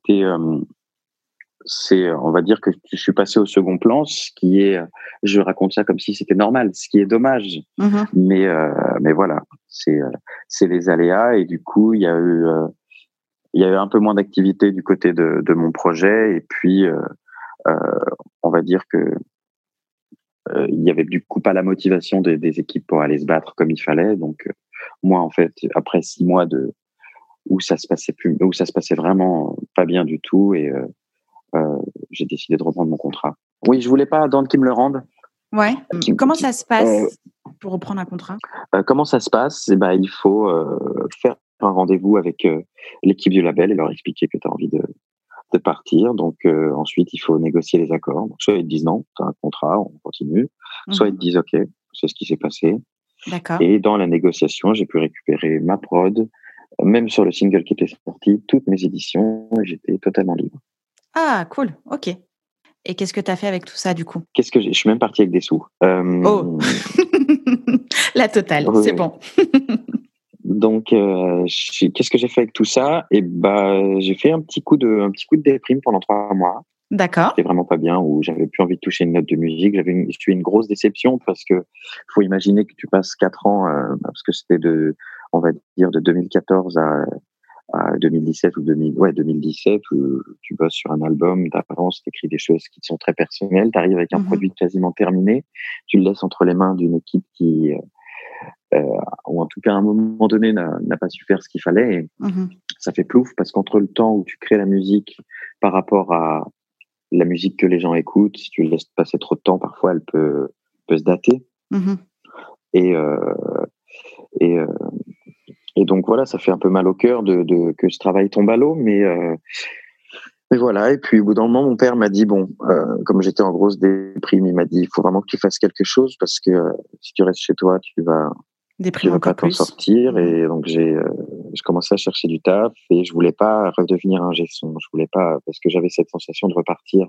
on va dire que je suis passé au second plan, ce qui est, je raconte ça comme si c'était normal, ce qui est dommage. Mais voilà, c'est les aléas et du coup, il y a eu un peu moins d'activité du côté de mon projet et puis on va dire que il y avait du coup pas la motivation des équipes pour aller se battre comme il fallait. Donc moi, en fait, après 6 mois où ça se passait vraiment pas bien du tout et j'ai décidé de reprendre mon contrat. Oui, je voulais pas attendre qu'ils me le rendent.
Ouais. Comment ça se passe pour reprendre un contrat ?
Comment ça se passe ? Il faut faire un rendez-vous avec l'équipe du label et leur expliquer que tu as envie de partir. Donc ensuite, il faut négocier les accords. Donc, soit ils te disent non, tu as un contrat, on continue. Soit ils te disent OK, c'est ce qui s'est passé.
D'accord.
Et dans la négociation, j'ai pu récupérer ma prod, même sur le single qui était sorti, toutes mes éditions, et j'étais totalement libre.
Ah, cool, ok. Et qu'est-ce que tu as fait avec tout ça, du coup ?
Je suis même parti avec des sous.
Oh La totale,
Oui,
c'est
oui.
bon.
Donc, qu'est-ce que j'ai fait avec tout ça? Et j'ai fait un petit coup de déprime pendant 3 mois.
D'accord.
J'étais vraiment pas bien, où j'avais plus envie de toucher une note de musique. J'ai eu une grosse déception parce que faut imaginer que tu passes 4 ans, parce que c'était on va dire de 2014 à 2017 ou 2017, où tu bosses sur un album, d'avance, t'écris des choses qui sont très personnelles, t'arrives avec un produit quasiment terminé, tu le laisses entre les mains d'une équipe qui, ou en tout cas à un moment donné n'a pas su faire ce qu'il fallait. Et ça fait plouf parce qu'entre le temps où tu crées la musique par rapport à la musique que les gens écoutent, si tu laisses passer trop de temps, parfois elle peut se dater. Et, et, et donc voilà, ça fait un peu mal au cœur que ce travail tombe à l'eau, mais voilà. Et puis au bout d'un moment, mon père m'a dit, comme j'étais en grosse déprime, il m'a dit, il faut vraiment que tu fasses quelque chose parce que si tu restes chez toi, tu vas pas t'en sortir. Et donc j'ai commencé à chercher du taf et je voulais pas redevenir ingé son. Je voulais pas, parce que j'avais cette sensation de repartir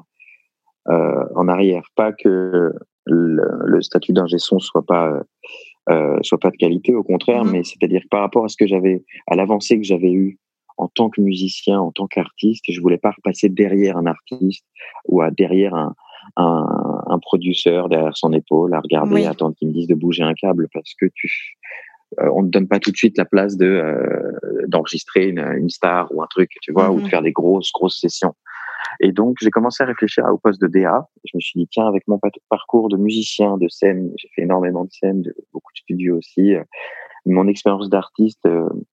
en arrière. Pas que le statut d'ingé son soit pas de qualité, au contraire, mais c'est-à-dire par rapport à l'avancée que j'avais eue en tant que musicien, en tant qu'artiste, je voulais pas repasser derrière un artiste ou derrière un producteur, derrière son épaule, à regarder, à attendre qu'il me dise de bouger un câble, parce que on ne donne pas tout de suite la place d'enregistrer une star ou un truc, tu vois, ou de faire des grosses sessions. Et donc, j'ai commencé à réfléchir au poste de DA. Je me suis dit, tiens, avec mon parcours de musicien, de scène, j'ai fait énormément de scènes, beaucoup de studios aussi, mon expérience d'artiste,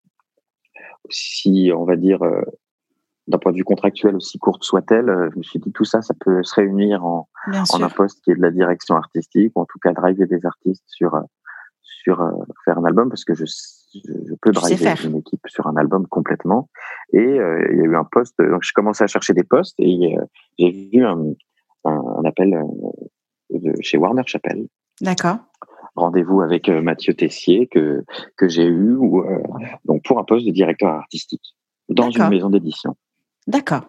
aussi, on va dire, d'un point de vue contractuel, aussi courte soit-elle, je me suis dit, tout ça, ça peut se réunir en un poste qui est de la direction artistique, ou en tout cas driver des artistes sur faire un album, parce que je peux driver une équipe sur un album complètement. Et il y a eu un poste, donc j'ai commencé à chercher des postes, et j'ai vu un appel chez Warner Chappell.
D'accord.
Rendez-vous avec Mathieu Tessier que j'ai eu, donc pour un poste de directeur artistique dans une maison d'édition.
D'accord.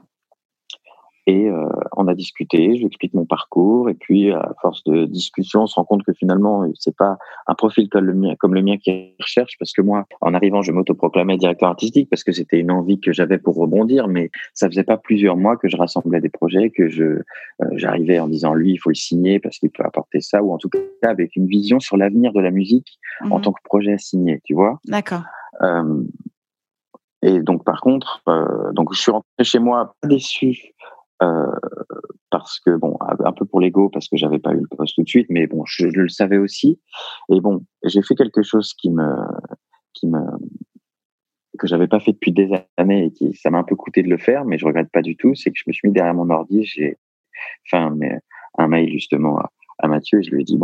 Et on a discuté, je lui explique mon parcours, et puis à force de discussion, on se rend compte que finalement, c'est pas un profil comme le mien qui recherche, parce que moi, en arrivant, je m'autoproclamais directeur artistique parce que c'était une envie que j'avais pour rebondir, mais ça faisait pas plusieurs mois que je rassemblais des projets, que j'arrivais en disant, lui, il faut le signer parce qu'il peut apporter ça, ou en tout cas avec une vision sur l'avenir de la musique en tant que projet à signer, tu vois.
D'accord.
Et donc, par contre, donc je suis rentré chez moi pas déçu, parce que un peu pour l'ego, parce que j'avais pas eu le poste tout de suite, mais je le savais aussi. Et j'ai fait quelque chose que j'avais pas fait depuis des années, et ça m'a un peu coûté de le faire, mais je regrette pas du tout. C'est que je me suis mis derrière mon ordi, j'ai fait un mail justement à Mathieu, et je lui ai dit,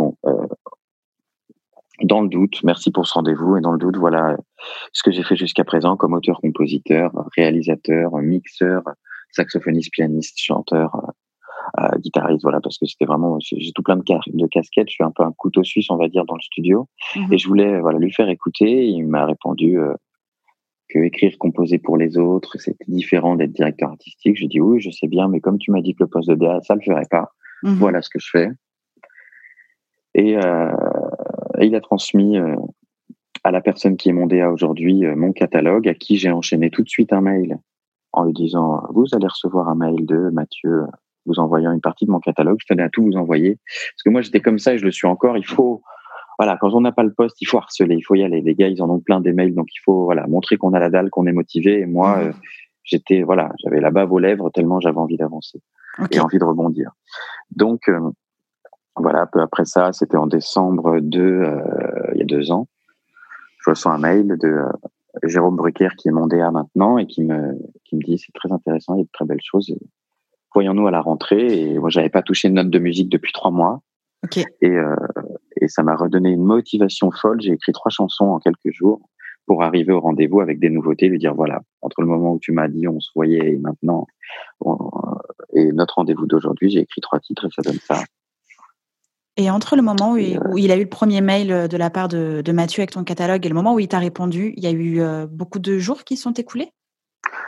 dans le doute, merci pour ce rendez-vous, et dans le doute, voilà ce que j'ai fait jusqu'à présent comme auteur, compositeur, réalisateur, mixeur, saxophoniste, pianiste, chanteur, guitariste, voilà, parce que c'était vraiment, j'ai tout plein de casquettes, je suis un peu un couteau suisse, on va dire, dans le studio, et je voulais lui faire écouter. Il m'a répondu que écrire, composer pour les autres, c'était différent d'être directeur artistique. J'ai dit oui, je sais bien, mais comme tu m'as dit que le poste de DA, ça le ferait pas, voilà ce que je fais. Et il a transmis à la personne qui est mon DA aujourd'hui mon catalogue, à qui j'ai enchaîné tout de suite un mail en lui disant, vous allez recevoir un mail de Mathieu vous envoyant une partie de mon catalogue. Je tenais à tout vous envoyer, parce que moi j'étais comme ça et je le suis encore. Il faut, voilà, quand on n'a pas le poste, il faut harceler, il faut y aller. Les gars, ils en ont plein des mails, donc il faut, voilà, montrer qu'on a la dalle, qu'on est motivé. Et moi, j'avais la bave aux lèvres tellement j'avais envie d'avancer et envie de rebondir. Donc voilà, peu après ça, c'était en décembre il y a 2 ans, je reçois un mail de Jérôme Brucker, qui est mon DA maintenant, et qui me dit, c'est très intéressant, il y a de très belles choses, voyons-nous à la rentrée. Et moi, j'avais pas touché une note de musique depuis 3 mois. Et ça m'a redonné une motivation folle. J'ai écrit 3 chansons en quelques jours pour arriver au rendez-vous avec des nouveautés, lui dire, voilà, entre le moment où tu m'as dit on se voyait et maintenant, et notre rendez-vous d'aujourd'hui, j'ai écrit 3 titres et ça donne ça.
Et entre le moment où il a eu le premier mail de la part de Mathieu avec ton catalogue et le moment où il t'a répondu, il y a eu beaucoup de jours qui sont écoulés ?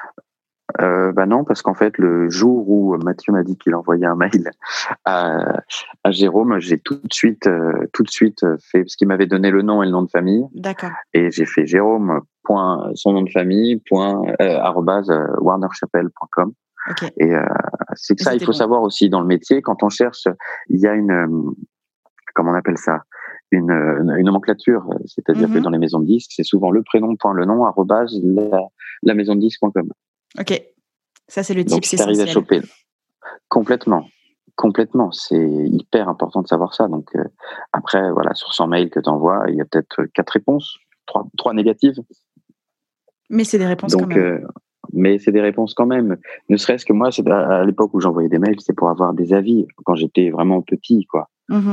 Bah non, parce qu'en fait, le jour où Mathieu m'a dit qu'il envoyait un mail à, à Jérôme, j'ai tout de suite fait, parce qu'il m'avait donné le nom et le nom de famille.
D'accord.
Et j'ai fait Jérôme, son nom de famille, arobase warnerchapelle.com.
Okay.
Et c'est que ça, il faut savoir aussi dans le métier, quand on cherche, il y a comment on appelle ça, une nomenclature, c'est-à-dire que dans les maisons de disques, c'est souvent le prénom, le nom, arobase la maison de disques.com.
Ok, ça c'est le type.
Donc si t'arrives à choper complètement, c'est hyper important de savoir ça. Donc après, voilà, sur 100 mails que t'envoies, il y a peut-être 4 réponses, 3 négatives.
Mais c'est des réponses
donc,
quand même.
Mais c'est des réponses quand même. Ne serait-ce que moi, c'est à l'époque où j'envoyais des mails, c'est pour avoir des avis quand j'étais vraiment petit, quoi.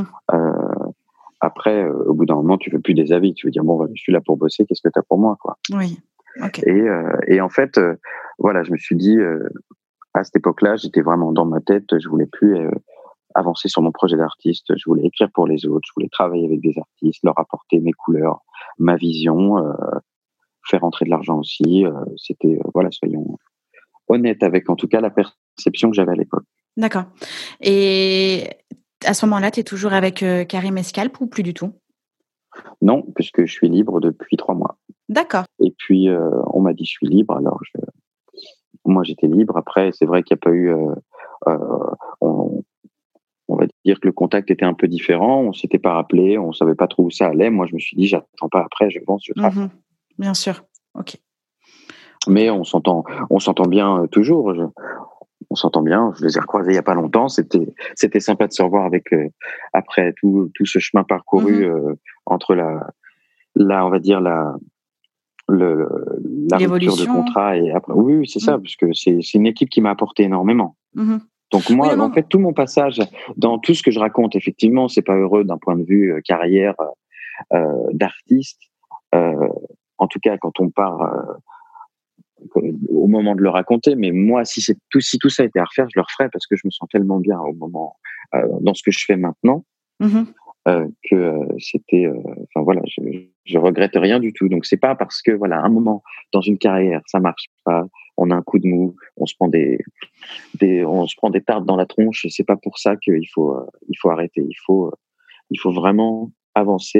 Après, au bout d'un moment, tu veux plus des avis. Tu veux dire, bon, je suis là pour bosser, qu'est-ce que tu as pour moi, quoi.
Oui, ok.
Et en fait, voilà, je me suis dit, à cette époque-là, j'étais vraiment dans ma tête, je voulais plus avancer sur mon projet d'artiste, je voulais écrire pour les autres, je voulais travailler avec des artistes, leur apporter mes couleurs, ma vision, faire entrer de l'argent aussi. C'était, voilà, soyons honnêtes avec, en tout cas, la perception que j'avais à l'époque.
D'accord. Et à ce moment-là, tu es toujours avec Karim Escalp ou plus du tout?
Non, puisque je suis libre depuis 3 mois.
D'accord.
Et puis, on m'a dit je suis libre, alors moi j'étais libre. Après, c'est vrai qu'il n'y a pas eu... on va dire que le contact était un peu différent, on ne s'était pas rappelé, on ne savait pas trop où ça allait. Moi, je me suis dit, j'attends pas après, je pense, je travaille.
Bien sûr, ok.
Mais on s'entend bien toujours. On s'entend bien. Je les ai recroisés il n'y a pas longtemps. C'était sympa de se revoir après tout ce chemin parcouru entre on va dire la rupture de contrat et après. Oui, c'est ça, parce que c'est une équipe qui m'a apporté énormément. Donc moi, en fait, tout mon passage dans tout ce que je raconte, effectivement, c'est pas heureux d'un point de vue carrière d'artiste. En tout cas, quand on part au moment de le raconter. Mais moi, si tout ça était à refaire, je le referais parce que je me sens tellement bien au moment dans ce que je fais maintenant que c'était. Enfin voilà, je regrette rien du tout. Donc c'est pas parce que voilà, un moment dans une carrière ça marche pas, on a un coup de mou, on se prend des tartes dans la tronche. C'est pas pour ça qu'il faut arrêter. Il faut vraiment avancer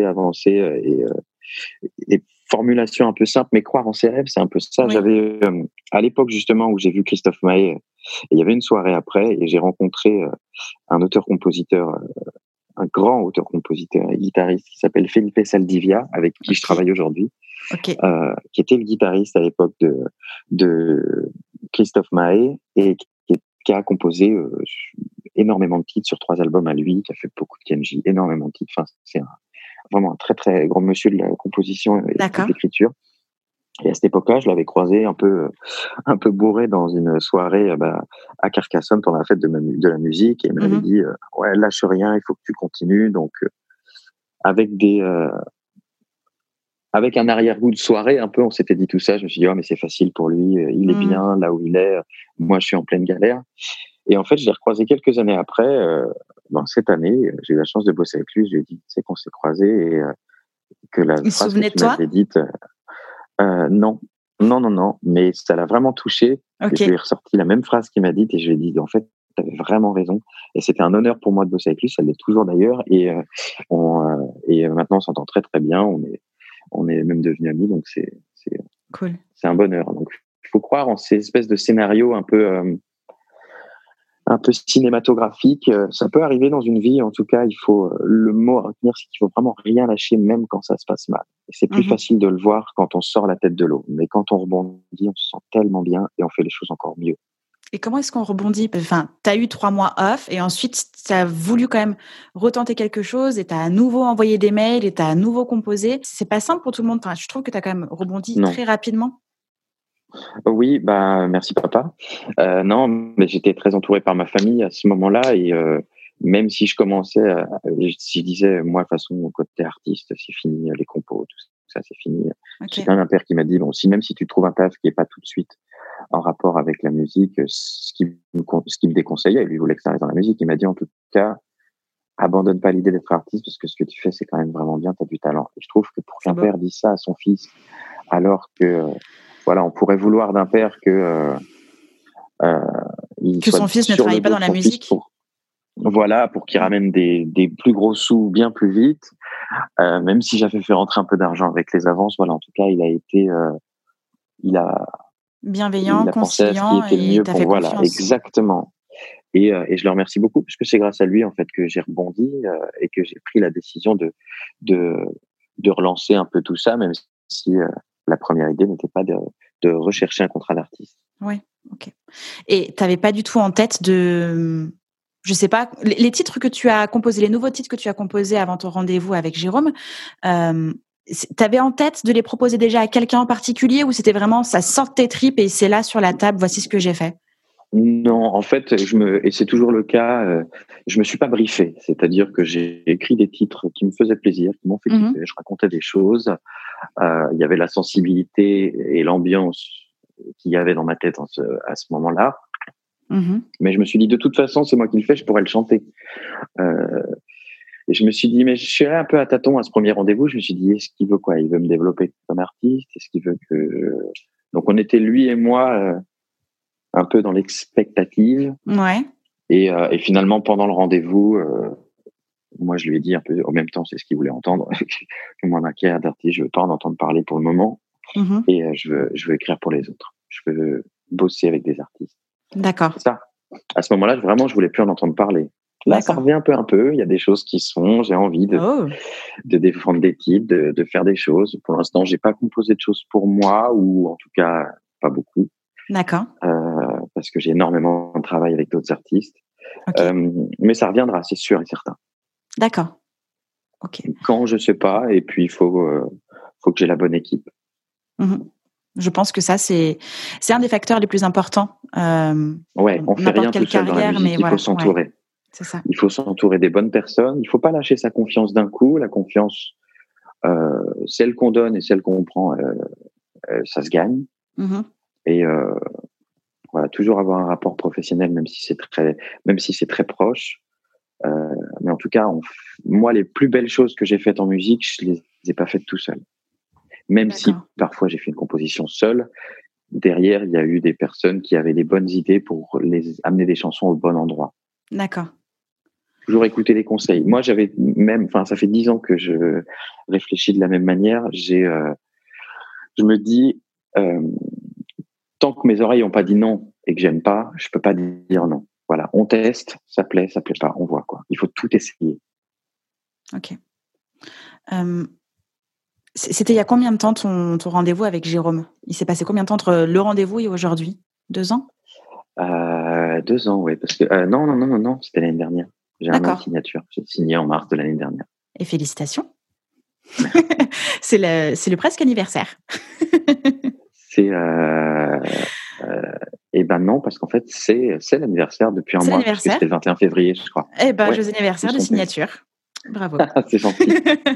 et formulation un peu simple, mais croire en ses rêves, c'est un peu ça. Oui. J'avais à l'époque justement où j'ai vu Christophe Maé, il y avait une soirée après et j'ai rencontré un auteur-compositeur, un grand auteur-compositeur et guitariste qui s'appelle Felipe Saldivia, avec qui je travaille aujourd'hui, qui était le guitariste à l'époque de Christophe Maé et qui a composé énormément de titres sur 3 albums à lui, qui a fait beaucoup de Kenji, énormément de titres. Enfin, c'est vraiment un très très grand monsieur de la composition et de l'écriture. Et à cette époque-là, je l'avais croisé un peu bourré dans une soirée à Carcassonne pendant la fête de la musique, et il m'avait dit ouais, lâche rien, il faut que tu continues. Donc avec un arrière-goût de soirée un peu, on s'était dit tout ça. Je me suis dit mais c'est facile pour lui, il est bien là où il est, moi je suis en pleine galère. Et en fait, je l'ai recroisé quelques années après. Cette année, j'ai eu la chance de bosser avec lui. Je lui ai dit, tu sais qu'on s'est croisés et que la phrase que tu m'avais dite, non, mais ça l'a vraiment touché. Et je lui ai ressorti la même phrase qu'il m'a dite et je lui ai dit, en fait, tu avais vraiment raison. Et c'était un honneur pour moi de bosser avec lui. Ça l'est toujours d'ailleurs. Et maintenant, on s'entend très très bien. On est même devenus amis, donc c'est
cool.
C'est un bonheur. Donc, il faut croire en ces espèces de scénarios un peu cinématographique. Ça peut arriver dans une vie, en tout cas, le mot à retenir, c'est qu'il faut vraiment rien lâcher, même quand ça se passe mal. Et c'est plus facile de le voir quand on sort la tête de l'eau. Mais quand on rebondit, on se sent tellement bien et on fait les choses encore mieux.
Et comment est-ce qu'on rebondit ? Enfin, tu as eu 3 mois off et ensuite, tu as voulu quand même retenter quelque chose et tu as à nouveau envoyé des mails et tu as à nouveau composé. C'est pas simple pour tout le monde. Enfin, je trouve que tu as quand même rebondi très rapidement.
Oui, merci papa. Non, mais j'étais très entouré par ma famille à ce moment-là et même si je commençais, si je disais moi de toute façon côté artiste, c'est fini, les compos, tout ça, c'est fini. C'est quand même un père qui m'a dit bon, même si tu trouves un taf qui est pas tout de suite en rapport avec la musique, ce qui me déconseillait, lui voulait que ça reste dans la musique. Il m'a dit en tout cas, abandonne pas l'idée d'être artiste parce que ce que tu fais c'est quand même vraiment bien, tu as du talent. Et je trouve que pour qu'un père dise ça à son fils, alors que voilà, on pourrait vouloir d'un père que
que son fils ne travaille pas dans la musique.
Pour qu'il ramène des plus gros sous bien plus vite. Même si j'avais fait rentrer un peu d'argent avec les avances, voilà, en tout cas, il a été,
bienveillant, conciliant,
et il t'a fait confiance. Exactement. Et je le remercie beaucoup parce que c'est grâce à lui en fait que j'ai rebondi et que j'ai pris la décision de relancer un peu tout ça, même si la première idée n'était pas de rechercher un contrat d'artiste.
Ouais, ok. Et t'avais pas du tout en tête de, je sais pas, les titres que tu as composés, les nouveaux titres que tu as composés avant ton rendez-vous avec Jérôme, t'avais en tête de les proposer déjà à quelqu'un en particulier ou c'était vraiment ça sort de tes tripes et c'est là sur la table, voici ce que j'ai fait?
Non, en fait, et c'est toujours le cas, je me suis pas briefé. C'est-à-dire que j'ai écrit des titres qui me faisaient plaisir, qui m'ont fait kiffer. Je racontais des choses. Il y avait la sensibilité et l'ambiance qu'il y avait dans ma tête à ce moment-là. Mais je me suis dit, de toute façon, c'est moi qui le fais, je pourrais le chanter. Et je me suis dit, mais je suis allé un peu à tâtons à ce premier rendez-vous. Je me suis dit, est-ce qu'il veut quoi? Il veut me développer comme artiste? Est-ce qu'il veut que... Donc, on était, lui et moi, un peu dans l'expectative.
Ouais.
Et finalement, pendant le rendez-vous, moi, je lui ai dit un peu, en même temps, c'est ce qu'il voulait entendre, que moi, ma carrière d'artiste, je veux pas en entendre parler pour le moment. Et je veux écrire pour les autres. Je veux bosser avec des artistes.
D'accord.
C'est ça. À ce moment-là, vraiment, je voulais plus en entendre parler. Là, ça revient un peu. Il y a des choses qui se font. J'ai envie de défendre des titres, de faire des choses. Pour l'instant, j'ai pas composé de choses pour moi, ou en tout cas, pas beaucoup.
D'accord.
Parce que j'ai énormément de travail avec d'autres artistes. Okay. Mais ça reviendra, c'est sûr et certain.
D'accord. Ok.
Quand, je sais pas. Et puis, il faut que j'ai la bonne équipe.
Je pense que ça, c'est un des facteurs les plus importants.
On fait rien tout seul dans la musique. Il faut s'entourer.
Ouais, c'est ça.
Il faut s'entourer des bonnes personnes. Il faut pas lâcher sa confiance d'un coup. La confiance, celle qu'on donne et celle qu'on prend, ça se gagne. Et voilà, toujours avoir un rapport professionnel, même si c'est très proche. Mais en tout cas, moi, les plus belles choses que j'ai faites en musique, je les ai pas faites tout seul. Même si parfois j'ai fait une composition seule, derrière, il y a eu des personnes qui avaient des bonnes idées pour amener des chansons au bon endroit.
D'accord.
Toujours écouter les conseils. Moi, ça fait 10 ans que je réfléchis de la même manière. Je me dis, tant que mes oreilles n'ont pas dit non et que j'aime pas, je peux pas dire non. Voilà, on teste, ça plaît pas, on voit quoi. Il faut tout essayer.
Ok. C'était il y a combien de temps ton rendez-vous avec Jérôme? Il s'est passé combien de temps entre le rendez-vous et aujourd'hui? 2 ans?
2 ans, oui. Parce que non, c'était l'année dernière. J'ai un an de signature. J'ai signé en mars de l'année dernière.
Et félicitations. C'est le presque anniversaire.
Eh ben non, parce qu'en fait, c'est l'anniversaire depuis un mois. Parce que c'était le 21 février, je crois.
Eh ben, joyeux anniversaire de signature. Bravo.
C'est gentil.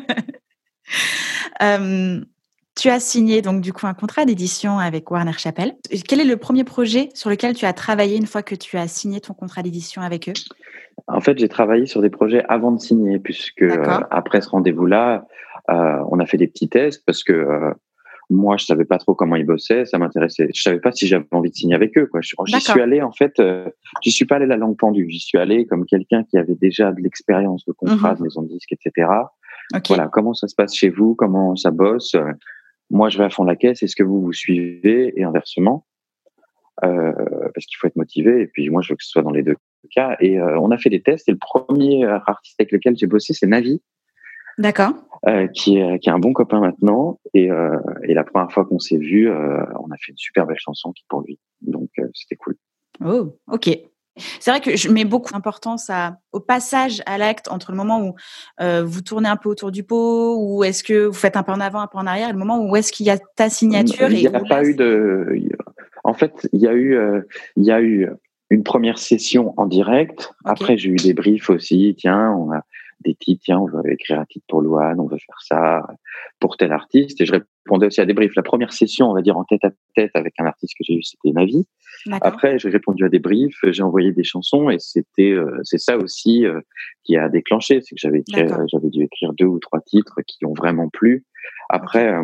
Tu as signé donc du coup un contrat d'édition avec Warner Chappell. Quel est le premier projet sur lequel tu as travaillé une fois que tu as signé ton contrat d'édition avec eux?
En fait, j'ai travaillé sur des projets avant de signer, puisque après ce rendez-vous-là, on a fait des petits tests parce que moi, je savais pas trop comment ils bossaient, ça m'intéressait. Je savais pas si j'avais envie de signer avec eux, quoi. J'y suis allé, en fait, j'y suis pas allé la langue pendue. J'y suis allé comme quelqu'un qui avait déjà de l'expérience de contrat, de maison de disque, etc. Voilà, comment ça se passe chez vous, comment ça bosse. Moi, je vais à fond la caisse. Est-ce que vous suivez? Et inversement, parce qu'il faut être motivé. Et puis, moi, je veux que ce soit dans les deux cas. Et on a fait des tests. Et le premier artiste avec lequel j'ai bossé, c'est Navi.
D'accord.
Qui est un bon copain maintenant. Et la première fois qu'on s'est vu, on a fait une super belle chanson qui pour lui. Donc, c'était cool.
Oh, ok. C'est vrai que je mets beaucoup d'importance au passage à l'acte entre le moment où vous tournez un peu autour du pot, ou est-ce que vous faites un pas en avant, un pas en arrière, et le moment où est-ce qu'il y a ta signature.
Il n'y a pas eu de... En fait, il y a eu une première session en direct. Okay. Après, j'ai eu des briefs aussi. Tiens, on a des titres. Tiens, on veut écrire un titre pour Louane, on veut faire ça pour tel artiste. Et je répondais aussi à des briefs. La première session, on va dire en tête à tête avec un artiste que j'ai eu, c'était Navi. Après, j'ai répondu à des briefs, j'ai envoyé des chansons, et c'est ça aussi qui a déclenché. C'est que j'avais dû écrire 2 ou 3 titres qui ont vraiment plu. Après,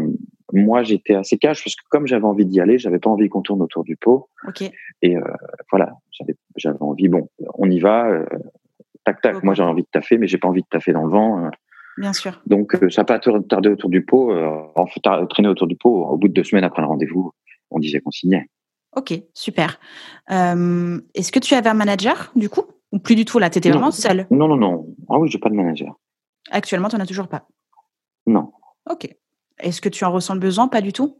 moi, j'étais assez cash parce que comme j'avais envie d'y aller, j'avais pas envie qu'on tourne autour du pot.
Ok.
Et voilà, j'avais envie, bon, on y va, tac, tac. Moi, j'ai envie de taffer, mais j'ai pas envie de taffer dans le vent.
Bien sûr.
Donc, ça n'a pas tardé autour du pot. Traîner autour du pot, au bout de 2 semaines après le rendez-vous, on disait qu'on signait.
Ok, super. Est-ce que tu avais un manager, du coup? Ou plus du tout, là, tu étais vraiment seule?
Non. Ah oui, j'ai pas de manager.
Actuellement, tu n'en as toujours pas?
Non.
Ok. Est-ce que tu en ressens le besoin? Pas du tout?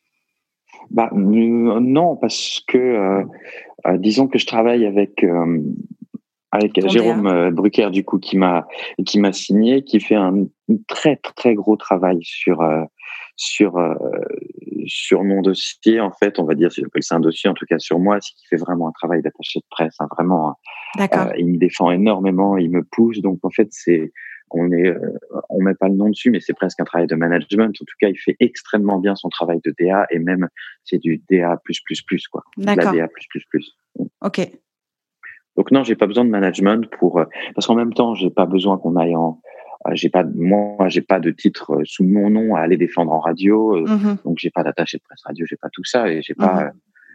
Non, parce que disons que je travaille avec Jérôme Brucker, du coup, qui m'a signé, qui fait un très très gros travail sur mon dossier. En fait, on va dire, si j'appelle ça un dossier, en tout cas sur moi, c'est qu'il fait vraiment un travail d'attaché de presse, hein, vraiment.
D'accord.
Il me défend énormément, il me pousse. Donc en fait, on met pas le nom dessus, mais c'est presque un travail de management. En tout cas, il fait extrêmement bien son travail de DA, et même c'est du DA+++, quoi.
D'accord.
De la DA+++.
Ok.
Donc non, j'ai pas besoin de management parce qu'en même temps, j'ai pas besoin qu'on aille j'ai pas de titre sous mon nom à aller défendre en radio, donc j'ai pas d'attaché de presse radio, j'ai pas tout ça, et j'ai pas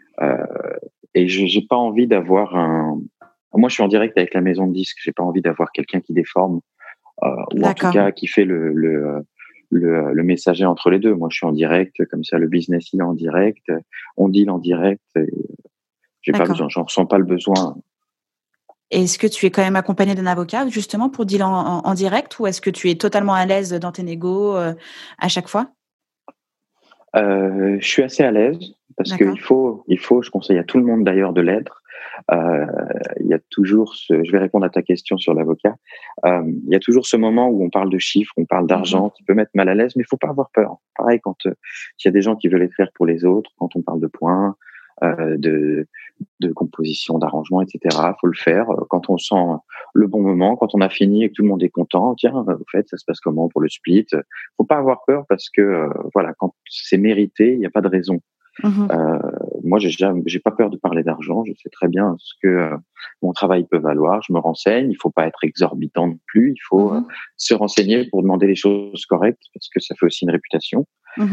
j'ai pas envie d'avoir moi je suis en direct avec la maison de disques, j'ai pas envie d'avoir quelqu'un qui déforme ou en tout cas qui fait le messager entre les deux. Moi je suis en direct, comme ça le business il est en direct, on deal en direct, et j'ai pas besoin, j'en ressens pas le besoin.
Est-ce que tu es quand même accompagné d'un avocat, justement, pour dealer en direct, ou est-ce que tu es totalement à l'aise dans tes négos à chaque fois?
Je suis assez à l'aise parce qu'il faut, je conseille à tout le monde d'ailleurs de l'être. Il y a toujours je vais répondre à ta question sur l'avocat. Il y a toujours ce moment où on parle de chiffres, on parle d'argent, qui peut mettre mal à l'aise, mais il faut pas avoir peur. Pareil, quand il y a des gens qui veulent écrire pour les autres, quand on parle de points, de composition, d'arrangement, etc. Faut le faire quand on sent le bon moment, quand on a fini et que tout le monde est content. Tiens, au fait, ça se passe comment pour le split? Faut pas avoir peur parce que voilà, quand c'est mérité, il n'y a pas de raison. Moi, j'ai pas peur de parler d'argent. Je sais très bien ce que mon travail peut valoir. Je me renseigne. Il faut pas être exorbitant non plus. Il faut se renseigner pour demander les choses correctes parce que ça fait aussi une réputation.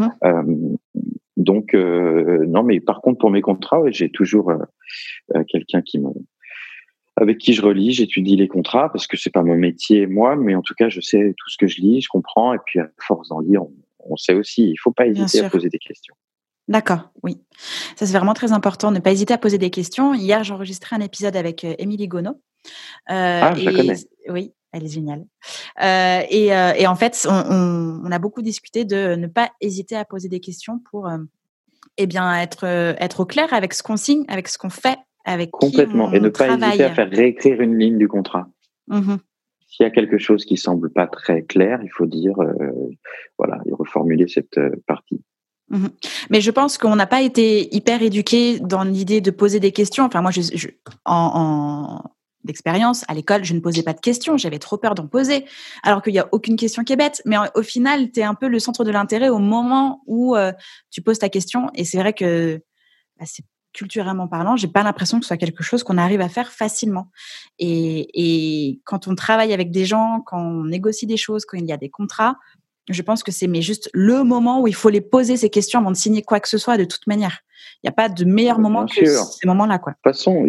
Donc non, mais par contre pour mes contrats, ouais, j'ai toujours quelqu'un avec qui je relis, j'étudie les contrats parce que c'est pas mon métier moi, mais en tout cas je sais tout ce que je lis, je comprends, et puis à force d'en lire, on sait aussi. Il faut pas hésiter à poser des questions.
D'accord, oui. Ça, c'est vraiment très important, ne pas hésiter à poser des questions. Hier, j'ai enregistré un épisode avec Émilie Gonod.
Je la connais.
Oui, elle est géniale. Et en fait, on a beaucoup discuté de ne pas hésiter à poser des questions pour être au clair avec ce qu'on signe, avec ce qu'on fait, avec
complètement,
qui on
et ne pas
travaille.
hésiter à faire réécrire une ligne du contrat. S'il y a quelque chose qui semble pas très clair, il faut dire voilà, et reformuler cette partie.
Mais je pense qu'on n'a pas été hyper éduqués dans l'idée de poser des questions. Enfin, moi, en d'expérience, à l'école, je ne posais pas de questions. J'avais trop peur d'en poser. Alors qu'il n'y a aucune question qui est bête. Mais au final, tu es un peu le centre de l'intérêt au moment où tu poses ta question. Et c'est vrai que c'est culturellement parlant, j'ai pas l'impression que ce soit quelque chose qu'on arrive à faire facilement. Et quand on travaille avec des gens, quand on négocie des choses, quand il y a des contrats, je pense que c'est juste le moment où il faut les poser ces questions avant de signer quoi que ce soit, de toute manière. Il n'y a pas de meilleur moment que ces moments-là, quoi.
De toute façon,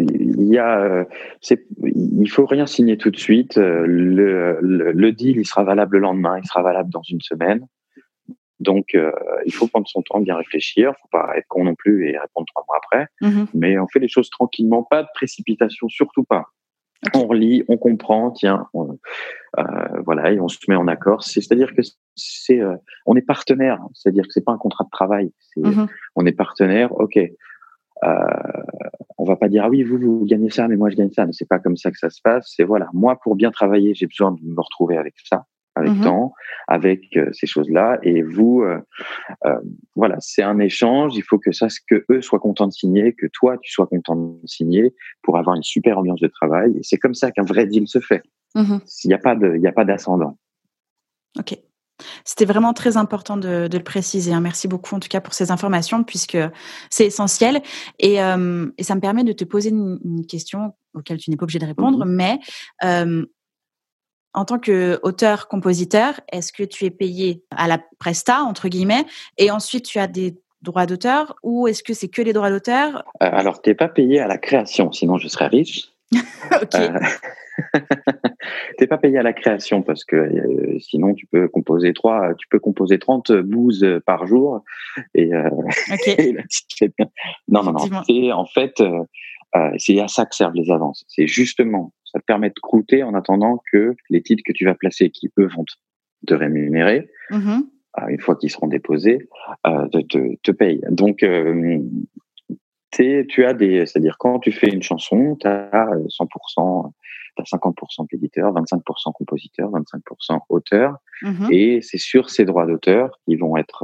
il faut rien signer tout de suite. Le deal, il sera valable le lendemain, il sera valable dans une semaine. Donc, il faut prendre son temps, bien réfléchir. Faut pas être con non plus et répondre 3 mois après. Mais on fait les choses tranquillement, pas de précipitation, surtout pas. On relit, on comprend, tiens, voilà, et on se met en accord. C'est-à-dire que on est partenaire. C'est-à-dire que c'est pas un contrat de travail. On est partenaire. Ok. On va pas dire ah oui, vous gagnez ça, mais moi je gagne ça. C'est pas comme ça que ça se passe. C'est voilà, moi pour bien travailler, j'ai besoin de me retrouver avec ça, avec temps, avec ces choses-là. Et vous, voilà, c'est un échange. Il faut que eux soient contents de signer, que toi tu sois content de signer pour avoir une super ambiance de travail. Et c'est comme ça qu'un vrai deal se fait. Il y a pas d'ascendant.
Ok. C'était vraiment très important de le préciser. Merci beaucoup, en tout cas, pour ces informations, puisque c'est essentiel. Et ça me permet de te poser une question auquel tu n'es pas obligé de répondre. Mais en tant qu'auteur-compositeur, est-ce que tu es payé à la presta, entre guillemets, et ensuite tu as des droits d'auteur, ou est-ce que c'est que les droits d'auteur?
Alors, tu n'es pas payé à la création, sinon je serais riche.
Ok.
T'es pas payé à la création parce que sinon tu peux composer 30 bouses par jour et,
Okay.
et là, c'est bien. Non. C'est en fait, c'est à ça que servent les avances. C'est justement, ça te permet de croûter en attendant que les titres que tu vas placer, qui eux vont te rémunérer, une fois qu'ils seront déposés, te payent. Donc c'est-à-dire quand tu fais une chanson, tu as 100%, tu as 50% d'éditeurs, 25% compositeurs, 25% auteurs, et c'est sur ces droits d'auteur qui vont être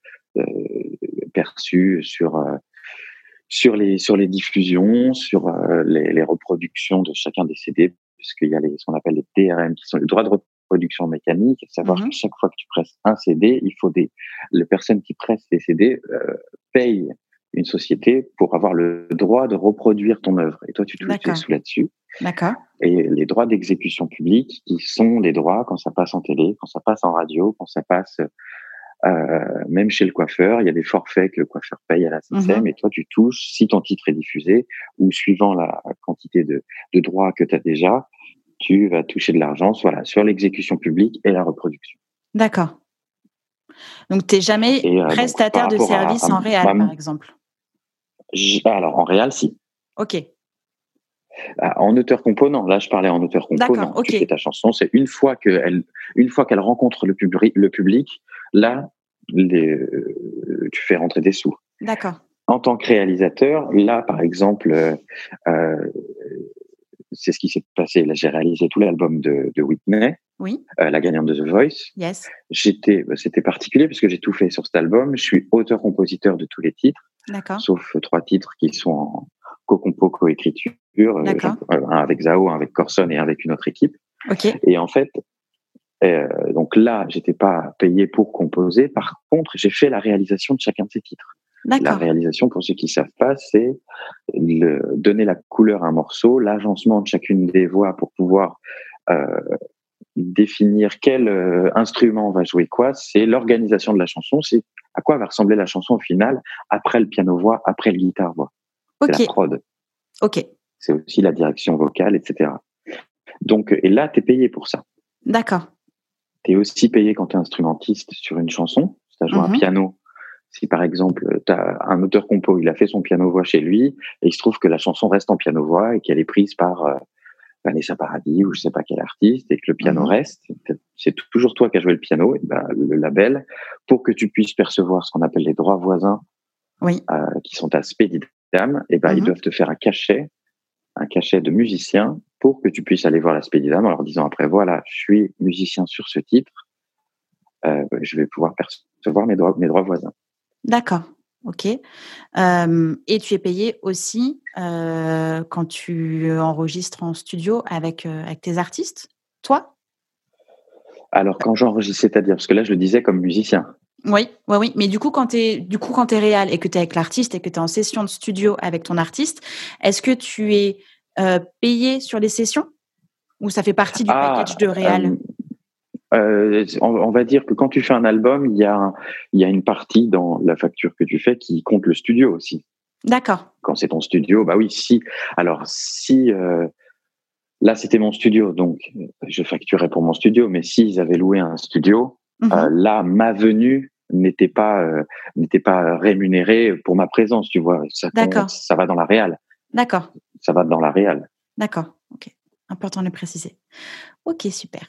perçus sur les diffusions, sur les reproductions de chacun des CD, puisqu'il y a ce qu'on appelle les DRM, qui sont les droits de reproduction mécanique, à savoir que chaque fois que tu presses un CD, les personnes qui pressent les CD payent une société pour avoir le droit de reproduire ton œuvre. Et toi, tu touches des sous là-dessus.
D'accord.
Et les droits d'exécution publique, qui sont les droits quand ça passe en télé, quand ça passe en radio, quand ça passe même chez le coiffeur, il y a des forfaits que le coiffeur paye à la SACEM, et toi, tu touches, si ton titre est diffusé, ou suivant la quantité de droits que tu as déjà, tu vas toucher de l'argent sur l'exécution publique et la reproduction.
D'accord. Donc, tu n'es jamais prestataire de service en réal, par exemple?
Alors, en réal, si.
Ok.
En auteur-compo, non. Là, je parlais en auteur-compo, non. Okay. Tu fais ta chanson, c'est une fois qu'elle rencontre le public, là, tu fais rentrer des sous.
D'accord.
En tant que réalisateur, là, par exemple, c'est ce qui s'est passé. Là, j'ai réalisé tout l'album de Whitney, la gagnante de The Voice.
Yes.
C'était particulier parce que j'ai tout fait sur cet album. Je suis auteur-compositeur de tous les titres, sauf 3 titres qui sont en co-compo, co-écriture, un avec Zao, un avec Corson et un avec une autre équipe.
Okay.
Et en fait, donc là, j'étais pas payé pour composer. Par contre, j'ai fait la réalisation de chacun de ces titres. La réalisation, pour ceux qui savent pas, c'est donner la couleur à un morceau, l'agencement de chacune des voix pour pouvoir définir quel instrument va jouer quoi. C'est l'organisation de la chanson. C'est à quoi va ressembler la chanson au final, après le piano-voix, après le guitare-voix. C'est la prod.
Ok.
C'est aussi la direction vocale, etc. Donc, et là, tu es payé pour ça.
D'accord.
Tu es aussi payé quand tu es instrumentiste sur une chanson. Si tu as joué un piano, si par exemple, tu as un auteur-compo, il a fait son piano-voix chez lui, et il se trouve que la chanson reste en piano-voix et qu'elle est prise par Vanessa Paradis ou je sais pas quel artiste, et que le piano reste, c'est toujours toi qui as joué le piano, et le label, pour que tu puisses percevoir ce qu'on appelle les droits voisins, qui sont à Spedidam, et ils doivent te faire un cachet de musicien pour que tu puisses aller voir la Spedidam en leur disant après, voilà, je suis musicien sur ce titre, je vais pouvoir percevoir mes droits voisins.
D'accord. Ok. Et tu es payé aussi quand tu enregistres en studio avec tes artistes, toi?
Alors, quand j'enregistre, c'est-à-dire, parce que là, je le disais comme musicien.
Oui. Mais du coup, quand tu es réal et que tu es avec l'artiste et que tu es en session de studio avec ton artiste, est-ce que tu es payé sur les sessions ou ça fait partie du package de réal?
On va dire que quand tu fais un album, il y a une partie dans la facture que tu fais qui compte le studio aussi.
D'accord.
Quand c'est ton studio, bah oui, là, c'était mon studio, donc je facturais pour mon studio, mais s'ils avaient loué un studio, là, ma venue n'était pas rémunérée pour ma présence, tu vois. Ça va dans la réal.
D'accord.
Ça va dans la réal.
D'accord. Ok. Important de le préciser. Ok, super.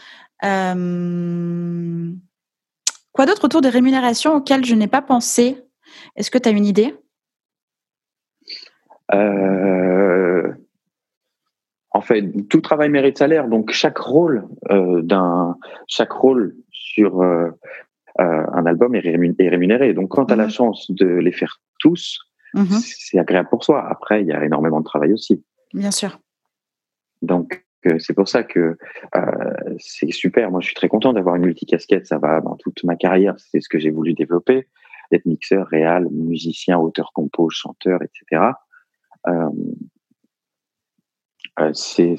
Quoi d'autre autour des rémunérations auxquelles je n'ai pas pensé? Est-ce que tu as une idée?
En fait, tout travail mérite salaire, donc chaque rôle sur un album est rémunéré. Donc, quand tu as la chance de les faire tous, c'est agréable pour soi. Après, il y a énormément de travail aussi.
Bien sûr.
Donc, c'est pour ça que c'est super. Moi, je suis très content d'avoir une multicasquette. Ça va dans toute ma carrière. C'est ce que j'ai voulu développer. Être mixeur, réal, musicien, auteur, compo, chanteur, etc. C'est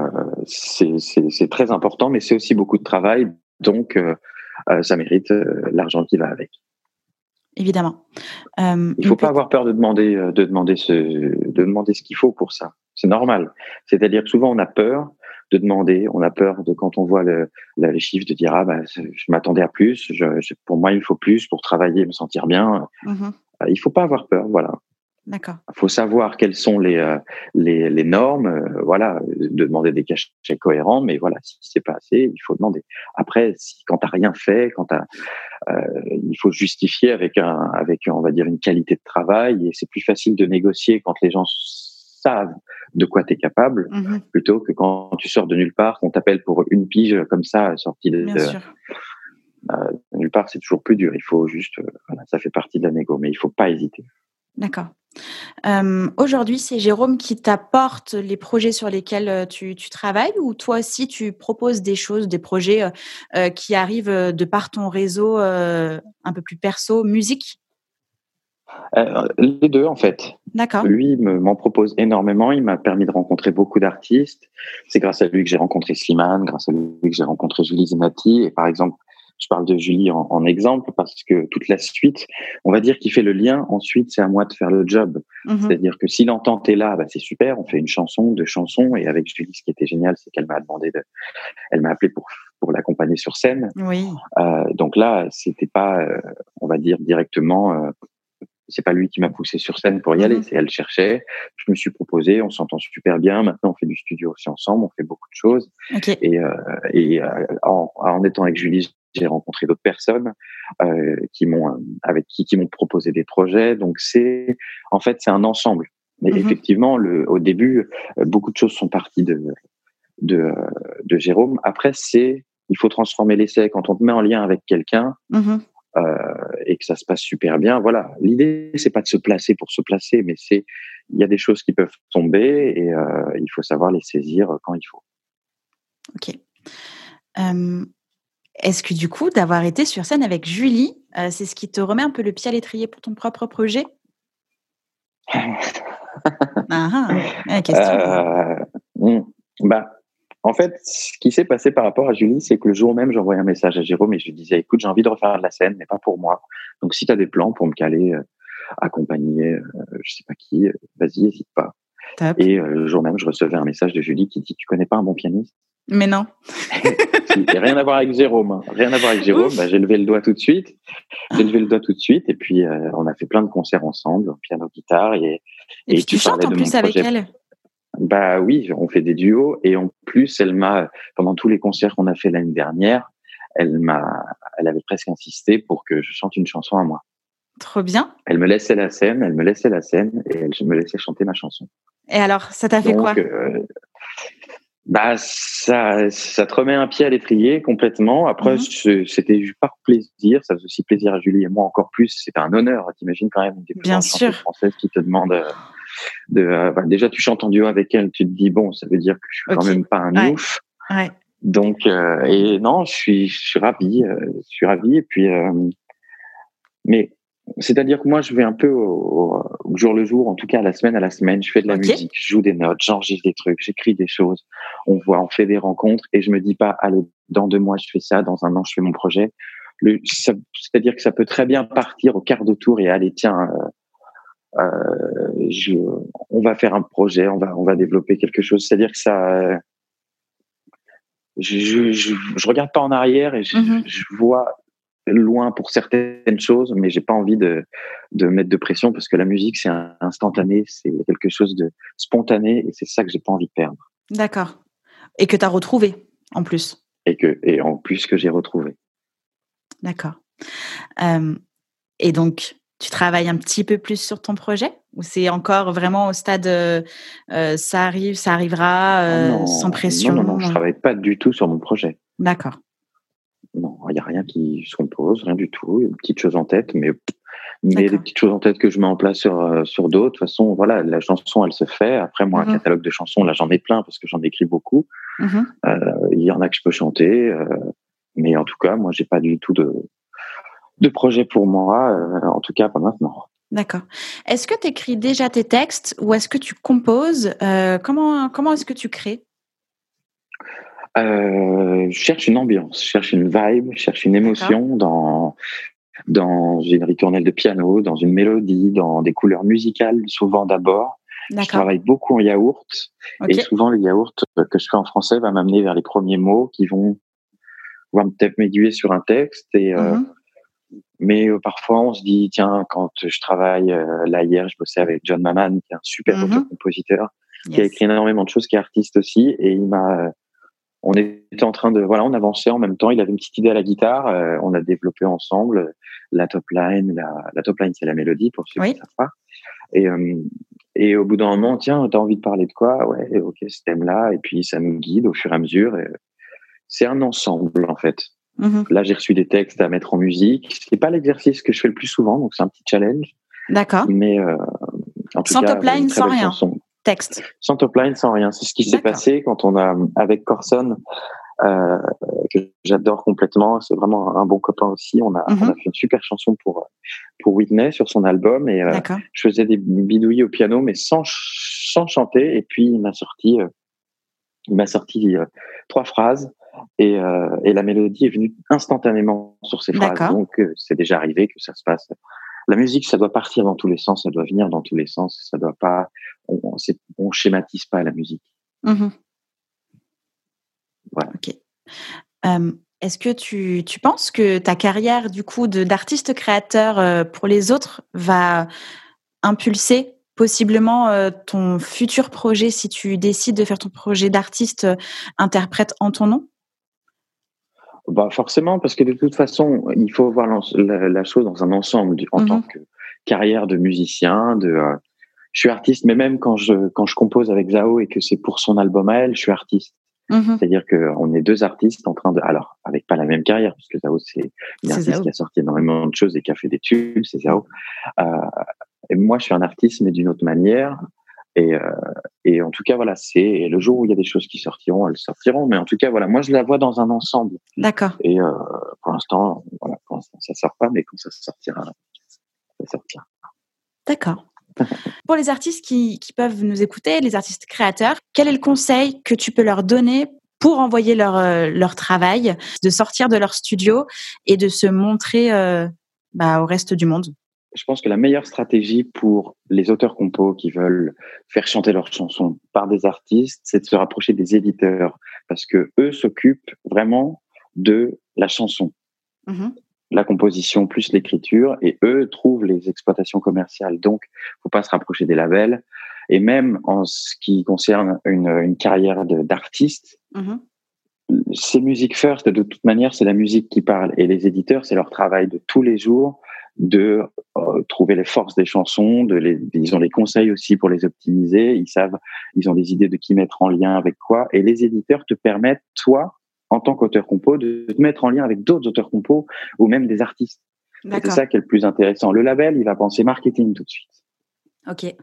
très important, mais c'est aussi beaucoup de travail. Donc, ça mérite l'argent qui va avec.
Évidemment.
Il ne faut pas avoir peur de demander ce qu'il faut pour ça. C'est normal. C'est-à-dire que souvent, on a peur de demander. On a peur de, quand on voit les chiffres, de dire je m'attendais à plus. Pour moi, il faut plus pour travailler et me sentir bien. Il ne faut pas avoir peur. Voilà.
D'accord.
Il faut savoir quelles sont les normes, de demander des cachets cohérents, mais voilà, si c'est pas assez, il faut demander. Après, quand t'as rien fait, il faut justifier avec on va dire une qualité de travail, et c'est plus facile de négocier quand les gens savent de quoi tu es capable, plutôt que quand tu sors de nulle part, qu'on t'appelle pour une pige comme ça, sortie de nulle part, c'est toujours plus dur. Il faut juste, ça fait partie de la négo, mais il faut pas hésiter.
D'accord. Aujourd'hui, c'est Jérôme qui t'apporte les projets sur lesquels tu travailles, ou toi aussi tu proposes des choses, des projets qui arrivent de par ton réseau un peu plus perso, musique?
Les deux, en fait.
D'accord.
Lui m'en propose énormément. Il m'a permis de rencontrer beaucoup d'artistes. C'est grâce à lui que j'ai rencontré Slimane, grâce à lui que j'ai rencontré Julie Zenati. Et par exemple, je parle de Julie en exemple parce que toute la suite, on va dire qu'il fait le lien. Ensuite, c'est à moi de faire le job. C'est-à-dire que si l'entente est là, c'est super. On fait une chanson, 2 chansons. Et avec Julie, ce qui était génial, c'est qu'elle m'a elle m'a appelé pour l'accompagner sur scène.
Oui.
Donc là, c'était pas, on va dire directement, c'est pas lui qui m'a poussé sur scène pour y aller, c'est elle cherchait. Je me suis proposé, on s'entend super bien. Maintenant, on fait du studio aussi ensemble, on fait beaucoup de choses.
Okay.
Et en étant avec Julie, j'ai rencontré d'autres personnes qui m'ont proposé des projets. Donc c'est un ensemble. Mais effectivement, au début, beaucoup de choses sont parties de Jérôme. Après, il faut transformer l'essai. Quand on te met en lien avec quelqu'un, et que ça se passe super bien, voilà. L'idée, c'est pas de se placer pour se placer, mais il y a des choses qui peuvent tomber et il faut savoir les saisir quand il faut.
Ok. Est-ce que du coup, d'avoir été sur scène avec Julie, c'est ce qui te remet un peu le pied à l'étrier pour ton propre projet?
Question. En fait, ce qui s'est passé par rapport à Julie, c'est que le jour même, j'envoyais un message à Jérôme et je lui disais, écoute, j'ai envie de refaire de la scène, mais pas pour moi. Donc, si tu as des plans pour me caler, accompagner, je sais pas qui, vas-y, n'hésite pas.
Top.
Et le jour même, je recevais un message de Julie qui dit, tu connais pas un bon pianiste?
Mais non.
Rien à voir avec Jérôme. Rien à voir avec Jérôme. J'ai levé le doigt tout de suite. Et puis, on a fait plein de concerts ensemble, piano, guitare. Et
puis tu chantes en plus avec elle?
Oui, on fait des duos. Et en plus, pendant tous les concerts qu'on a fait l'année dernière, elle avait presque insisté pour que je chante une chanson à moi.
Trop bien.
Elle me laissait la scène et je me laissais chanter ma chanson.
Et alors, ça t'a fait quoi?
Ça te remet un pied à l'étrier complètement. Après, c'était par plaisir. Ça faisait aussi plaisir à Julie et moi encore plus. C'était un honneur. T'imagines quand même des chanteuses françaises qui te demandent déjà, tu chantes en duo avec elle. Tu te dis bon, ça veut dire que je suis quand même pas un ouf.
Ouais.
Donc, et non, je suis ravi. Je suis ravi. Et puis, mais c'est-à-dire que moi, je vais un peu au jour le jour, en tout cas à la semaine. Je fais de la musique, je joue des notes, j'enregistre des trucs, j'écris des choses. On fait des rencontres et je me dis pas, allez, dans 2 mois, je fais ça, dans 1 an, je fais mon projet. C'est-à-dire que ça peut très bien partir au quart de tour et aller, tiens, on va faire un projet, on va développer quelque chose. C'est-à-dire que ça, je regarde pas en arrière et je vois loin pour certaines choses, mais j'ai pas envie de mettre de pression parce que la musique, c'est instantané, c'est quelque chose de spontané et c'est ça que j'ai pas envie de perdre.
D'accord. Et que tu as retrouvé, en plus.
Et en plus que j'ai retrouvé.
D'accord. Et donc, tu travailles un petit peu plus sur ton projet ou c'est encore vraiment au stade ça arrive, ça arrivera, sans pression?
Non, je travaille pas du tout sur mon projet.
D'accord.
Non, il n'y a rien qui se compose, rien du tout. Il y a des petites choses en tête, mais les petites choses en tête que je mets en place sur d'autres. De toute façon, voilà, la chanson, elle se fait. Après, moi, un catalogue de chansons, là, j'en ai plein parce que j'en écris beaucoup. Il y en a que je peux chanter. Mais en tout cas, moi, j'ai pas du tout de projet pour moi. En tout cas, pas maintenant.
D'accord. Est-ce que tu écris déjà tes textes ou est-ce que tu composes? Comment est-ce que tu crées?
Je cherche une ambiance, je cherche une vibe, je cherche une émotion dans une ritournelle de piano, dans une mélodie, dans des couleurs musicales, souvent d'abord. Je
D'accord.
travaille beaucoup en yaourt et souvent le yaourt que je fais en français va m'amener vers les premiers mots qui vont peut-être m'aiguiller sur un texte. Mais parfois on se dit, tiens, quand je travaille, là hier, je bossais avec John Maman, qui est un super auteur-compositeur, qui a écrit énormément de choses, qui est artiste aussi, et on était en train on avançait en même temps. Il avait une petite idée à la guitare. On a développé ensemble la top line. La top line, c'est la mélodie pour ceux qui ne savent pas. Et au bout d'un moment, tiens, t'as envie de parler de quoi? Ouais, ok, ce thème-là. Et puis ça nous guide au fur et à mesure. Et c'est un ensemble en fait. Là, j'ai reçu des textes à mettre en musique. C'est pas l'exercice que je fais le plus souvent, donc c'est un petit challenge.
D'accord.
Mais en tout
sans
cas,
top line, sans rien.
Chanson.
Texte.
Sans top line, sans rien. C'est ce qui s'est passé quand on a, avec Corson, que j'adore complètement. C'est vraiment un bon copain aussi. On a fait une super chanson pour Whitney sur son album, et je faisais des bidouilles au piano, mais sans chanter. Et puis il m'a sorti 3 phrases, et la mélodie est venue instantanément sur ces phrases. Donc c'est déjà arrivé que ça se passe. La musique, ça doit partir dans tous les sens, ça doit venir dans tous les sens. Ça doit pas. On schématise pas la musique. Voilà.
Ok. Est-ce que tu penses que ta carrière du coup d'artiste créateur pour les autres va impulser possiblement ton futur projet si tu décides de faire ton projet d'artiste interprète en ton nom?
Forcément, parce que de toute façon, il faut voir la chose dans un ensemble. En tant que carrière de musicien, je suis artiste, mais même quand je compose avec Zao et que c'est pour son album à elle, je suis artiste. C'est-à-dire qu'on est 2 artistes en train de, alors avec pas la même carrière, parce que Zao c'est une artiste qui a sorti énormément de choses et qui a fait des tubes, c'est Zao. Et moi, je suis un artiste, mais d'une autre manière. Et en tout cas, voilà, c'est le jour où il y a des choses qui sortiront, elles sortiront. Mais en tout cas, voilà, moi, je la vois dans un ensemble.
D'accord.
Et pour l'instant, ça sort pas, mais quand ça sortira, ça sortira.
D'accord. Pour les artistes qui peuvent nous écouter, les artistes créateurs, quel est le conseil que tu peux leur donner pour envoyer leur travail, de sortir de leur studio et de se montrer au reste du monde?
Je pense que la meilleure stratégie pour les auteurs-compos qui veulent faire chanter leurs chansons par des artistes, c'est de se rapprocher des éditeurs, parce que eux s'occupent vraiment de la chanson, la composition plus l'écriture, et eux trouvent les exploitations commerciales. Donc, faut pas se rapprocher des labels. Et même en ce qui concerne une carrière d'artiste, c'est music first. De toute manière, c'est la musique qui parle, et les éditeurs, c'est leur travail de tous les jours de trouver les forces des chansons, ils ont les conseils aussi pour les optimiser, ils ont des idées de qui mettre en lien avec quoi, et les éditeurs te permettent, toi, en tant qu'auteur compo, de te mettre en lien avec d'autres auteurs compos ou même des artistes. Et c'est ça qui est le plus intéressant. Le label, il va penser marketing tout de suite.
Ok.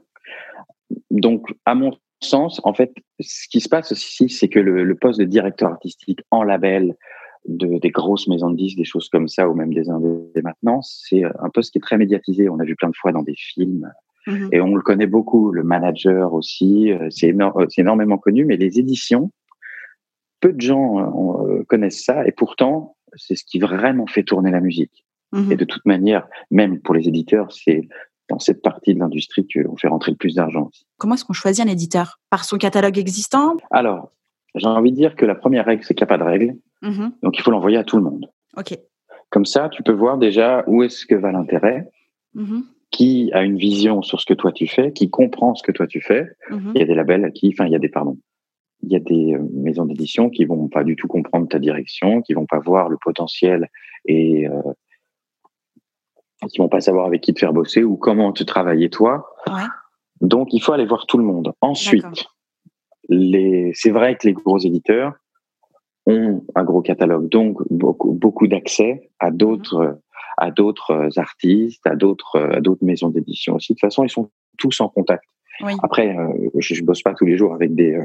Donc, à mon sens, en fait, ce qui se passe aussi, c'est que le poste de directeur artistique en label, des grosses maisons de disques, des choses comme ça, ou même des indés maintenant, c'est un poste qui est très médiatisé. On a vu plein de fois dans des films, et on le connaît beaucoup. Le manager aussi, c'est énormément connu, mais les éditions, peu de gens connaissent ça, et pourtant, c'est ce qui vraiment fait tourner la musique. Et de toute manière, même pour les éditeurs, c'est dans cette partie de l'industrie qu'on fait rentrer le plus d'argent aussi.
Comment est-ce qu'on choisit un éditeur? Par son catalogue existant?
Alors, j'ai envie de dire que la première règle, c'est qu'il n'y a pas de règle. Donc, il faut l'envoyer à tout le monde.
Ok.
Comme ça, tu peux voir déjà où est-ce que va l'intérêt, qui a une vision sur ce que toi tu fais, qui comprend ce que toi tu fais. Il y a des labels il y a des maisons d'édition qui vont pas du tout comprendre ta direction, qui vont pas voir le potentiel et qui vont pas savoir avec qui te faire bosser ou comment te travailler toi.
Ouais.
Donc, il faut aller voir tout le monde. Ensuite, c'est vrai que les gros éditeurs ont un gros catalogue, donc beaucoup d'accès à d'autres artistes, à d'autres maisons d'édition aussi. De toute façon, ils sont tous en contact.
Oui.
Après, je bosse pas tous les jours avec des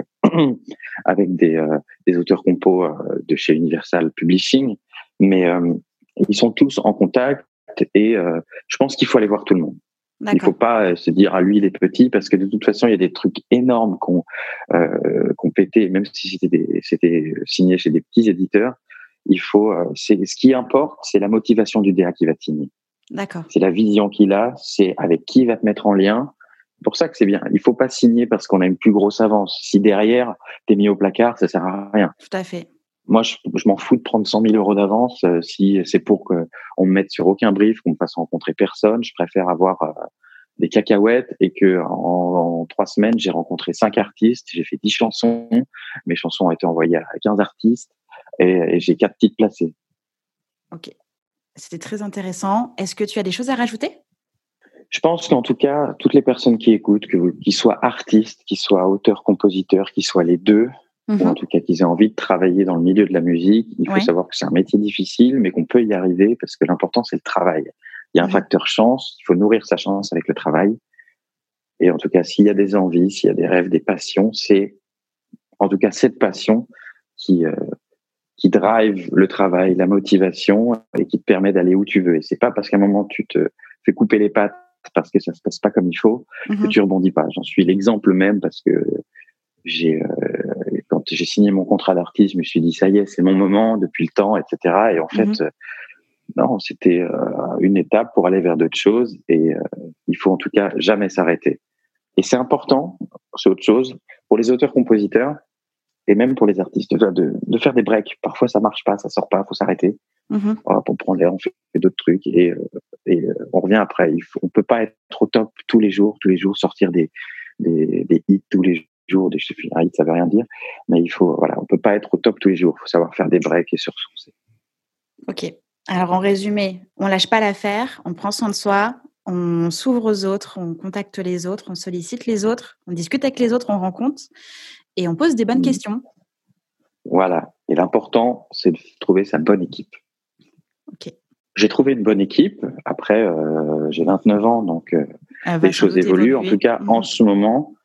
auteurs compos de chez Universal Publishing, mais ils sont tous en contact, et je pense qu'il faut aller voir tout le monde. Il faut pas se dire lui il est petit, parce que de toute façon il y a des trucs énormes qu'on pété, même si c'était signé chez des petits éditeurs. Il faut ce qui importe, c'est la motivation du DA qui va te signer.
D'accord.
C'est la vision qu'il a, c'est avec qui il va te mettre en lien. C'est pour ça que c'est bien. Il faut pas signer parce qu'on a une plus grosse avance. Si derrière t'es mis au placard, ça sert à rien.
Tout à fait.
Moi, je m'en fous de prendre 100 000 euros d'avance si c'est pour qu'on me mette sur aucun brief, qu'on me fasse rencontrer personne. Je préfère avoir des cacahuètes et que en 3 semaines, j'ai rencontré 5 artistes, j'ai fait 10 chansons. Mes chansons ont été envoyées à 15 artistes et j'ai 4 titres placés.
Ok. C'était très intéressant. Est-ce que tu as des choses à rajouter ?
Je pense qu'en tout cas, toutes les personnes qui écoutent, qu'ils soient artistes, qu'ils soient auteurs, compositeurs, qu'ils soient les deux, ou en tout cas qu'ils aient envie de travailler dans le milieu de la musique, il faut savoir que c'est un métier difficile, mais qu'on peut y arriver parce que l'important, c'est le travail. Il y a un facteur chance, il faut nourrir sa chance avec le travail. Et en tout cas, s'il y a des envies, s'il y a des rêves, des passions, c'est en tout cas cette passion qui drive le travail, la motivation et qui te permet d'aller où tu veux. Et c'est pas parce qu'à un moment tu te fais couper les pattes parce que ça se passe pas comme il faut que tu rebondis pas. J'en suis l'exemple même parce que quand j'ai signé mon contrat d'artiste, je me suis dit ça y est, c'est mon moment depuis le temps, etc. Et en fait, non, c'était une étape pour aller vers d'autres choses et il faut en tout cas jamais s'arrêter. Et c'est important, c'est autre chose pour les auteurs-compositeurs et même pour les artistes de faire des breaks. Parfois ça marche pas, ça sort pas, faut s'arrêter. Pour prendre l'air, on fait d'autres trucs et on revient après. On peut pas être au top tous les jours sortir des hits tous les jours, des hits, ça veut rien dire, mais on peut pas être au top tous les jours. Il faut savoir faire des breaks et se ressourcer.
Ok. Alors en résumé, on lâche pas l'affaire, on prend soin de soi, on s'ouvre aux autres, on contacte les autres, on sollicite les autres, on discute avec les autres, on rencontre et on pose des bonnes questions.
Voilà. Et l'important, c'est de trouver sa bonne équipe.
Ok.
J'ai trouvé une bonne équipe. Après, j'ai 29 ans, donc les choses évoluent. En tout cas, en ce moment,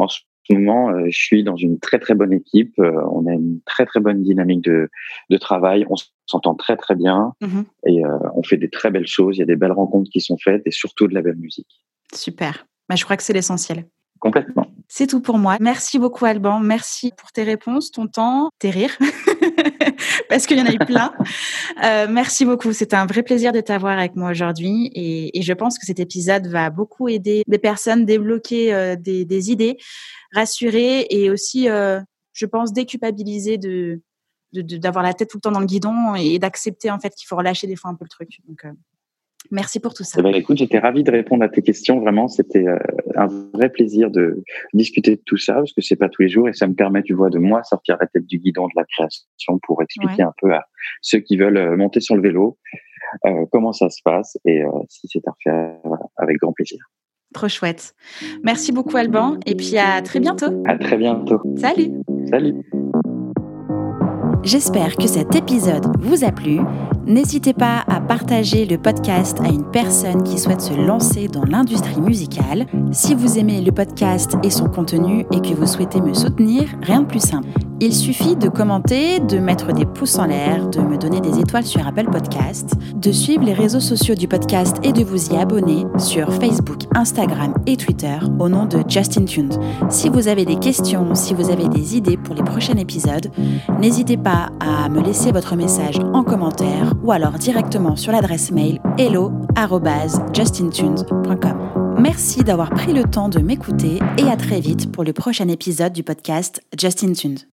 je suis dans une très très bonne équipe. On a une très très bonne dynamique de travail. On s'entend très très bien et on fait des très belles choses. Il y a des belles rencontres qui sont faites et surtout de la belle musique.
Super. Je crois que c'est l'essentiel.
Complètement.
C'est tout pour moi. Merci beaucoup, Alban. Merci pour tes réponses, ton temps, tes rires, parce qu'il y en a eu plein. Merci beaucoup. C'était un vrai plaisir de t'avoir avec moi aujourd'hui. Et je pense que cet épisode va beaucoup aider des personnes, débloquer des idées, rassurer et aussi, je pense, déculpabiliser d'avoir la tête tout le temps dans le guidon et d'accepter en fait qu'il faut relâcher des fois un peu le truc. Donc, merci pour tout ça.
Écoute, j'étais ravi de répondre à tes questions. Vraiment, c'était un vrai plaisir de discuter de tout ça parce que c'est pas tous les jours et ça me permet, tu vois, de moi sortir la tête du guidon de la création pour expliquer un peu à ceux qui veulent monter sur le vélo comment ça se passe et si c'est à refaire, avec grand plaisir.
Trop chouette. Merci beaucoup, Alban. Et puis à très bientôt.
À très bientôt.
Salut.
Salut.
J'espère que cet épisode vous a plu. N'hésitez pas à partager le podcast à une personne qui souhaite se lancer dans l'industrie musicale. Si vous aimez le podcast et son contenu et que vous souhaitez me soutenir, rien de plus simple. Il suffit de commenter, de mettre des pouces en l'air, de me donner des étoiles sur Apple Podcasts, de suivre les réseaux sociaux du podcast et de vous y abonner sur Facebook, Instagram et Twitter au nom de Justin Tunes. Si vous avez des questions, si vous avez des idées pour les prochains épisodes, n'hésitez pas à me laisser votre message en commentaire ou alors directement sur l'adresse mail hello@justintunes.com. Merci d'avoir pris le temps de m'écouter et à très vite pour le prochain épisode du podcast Justin Tunes.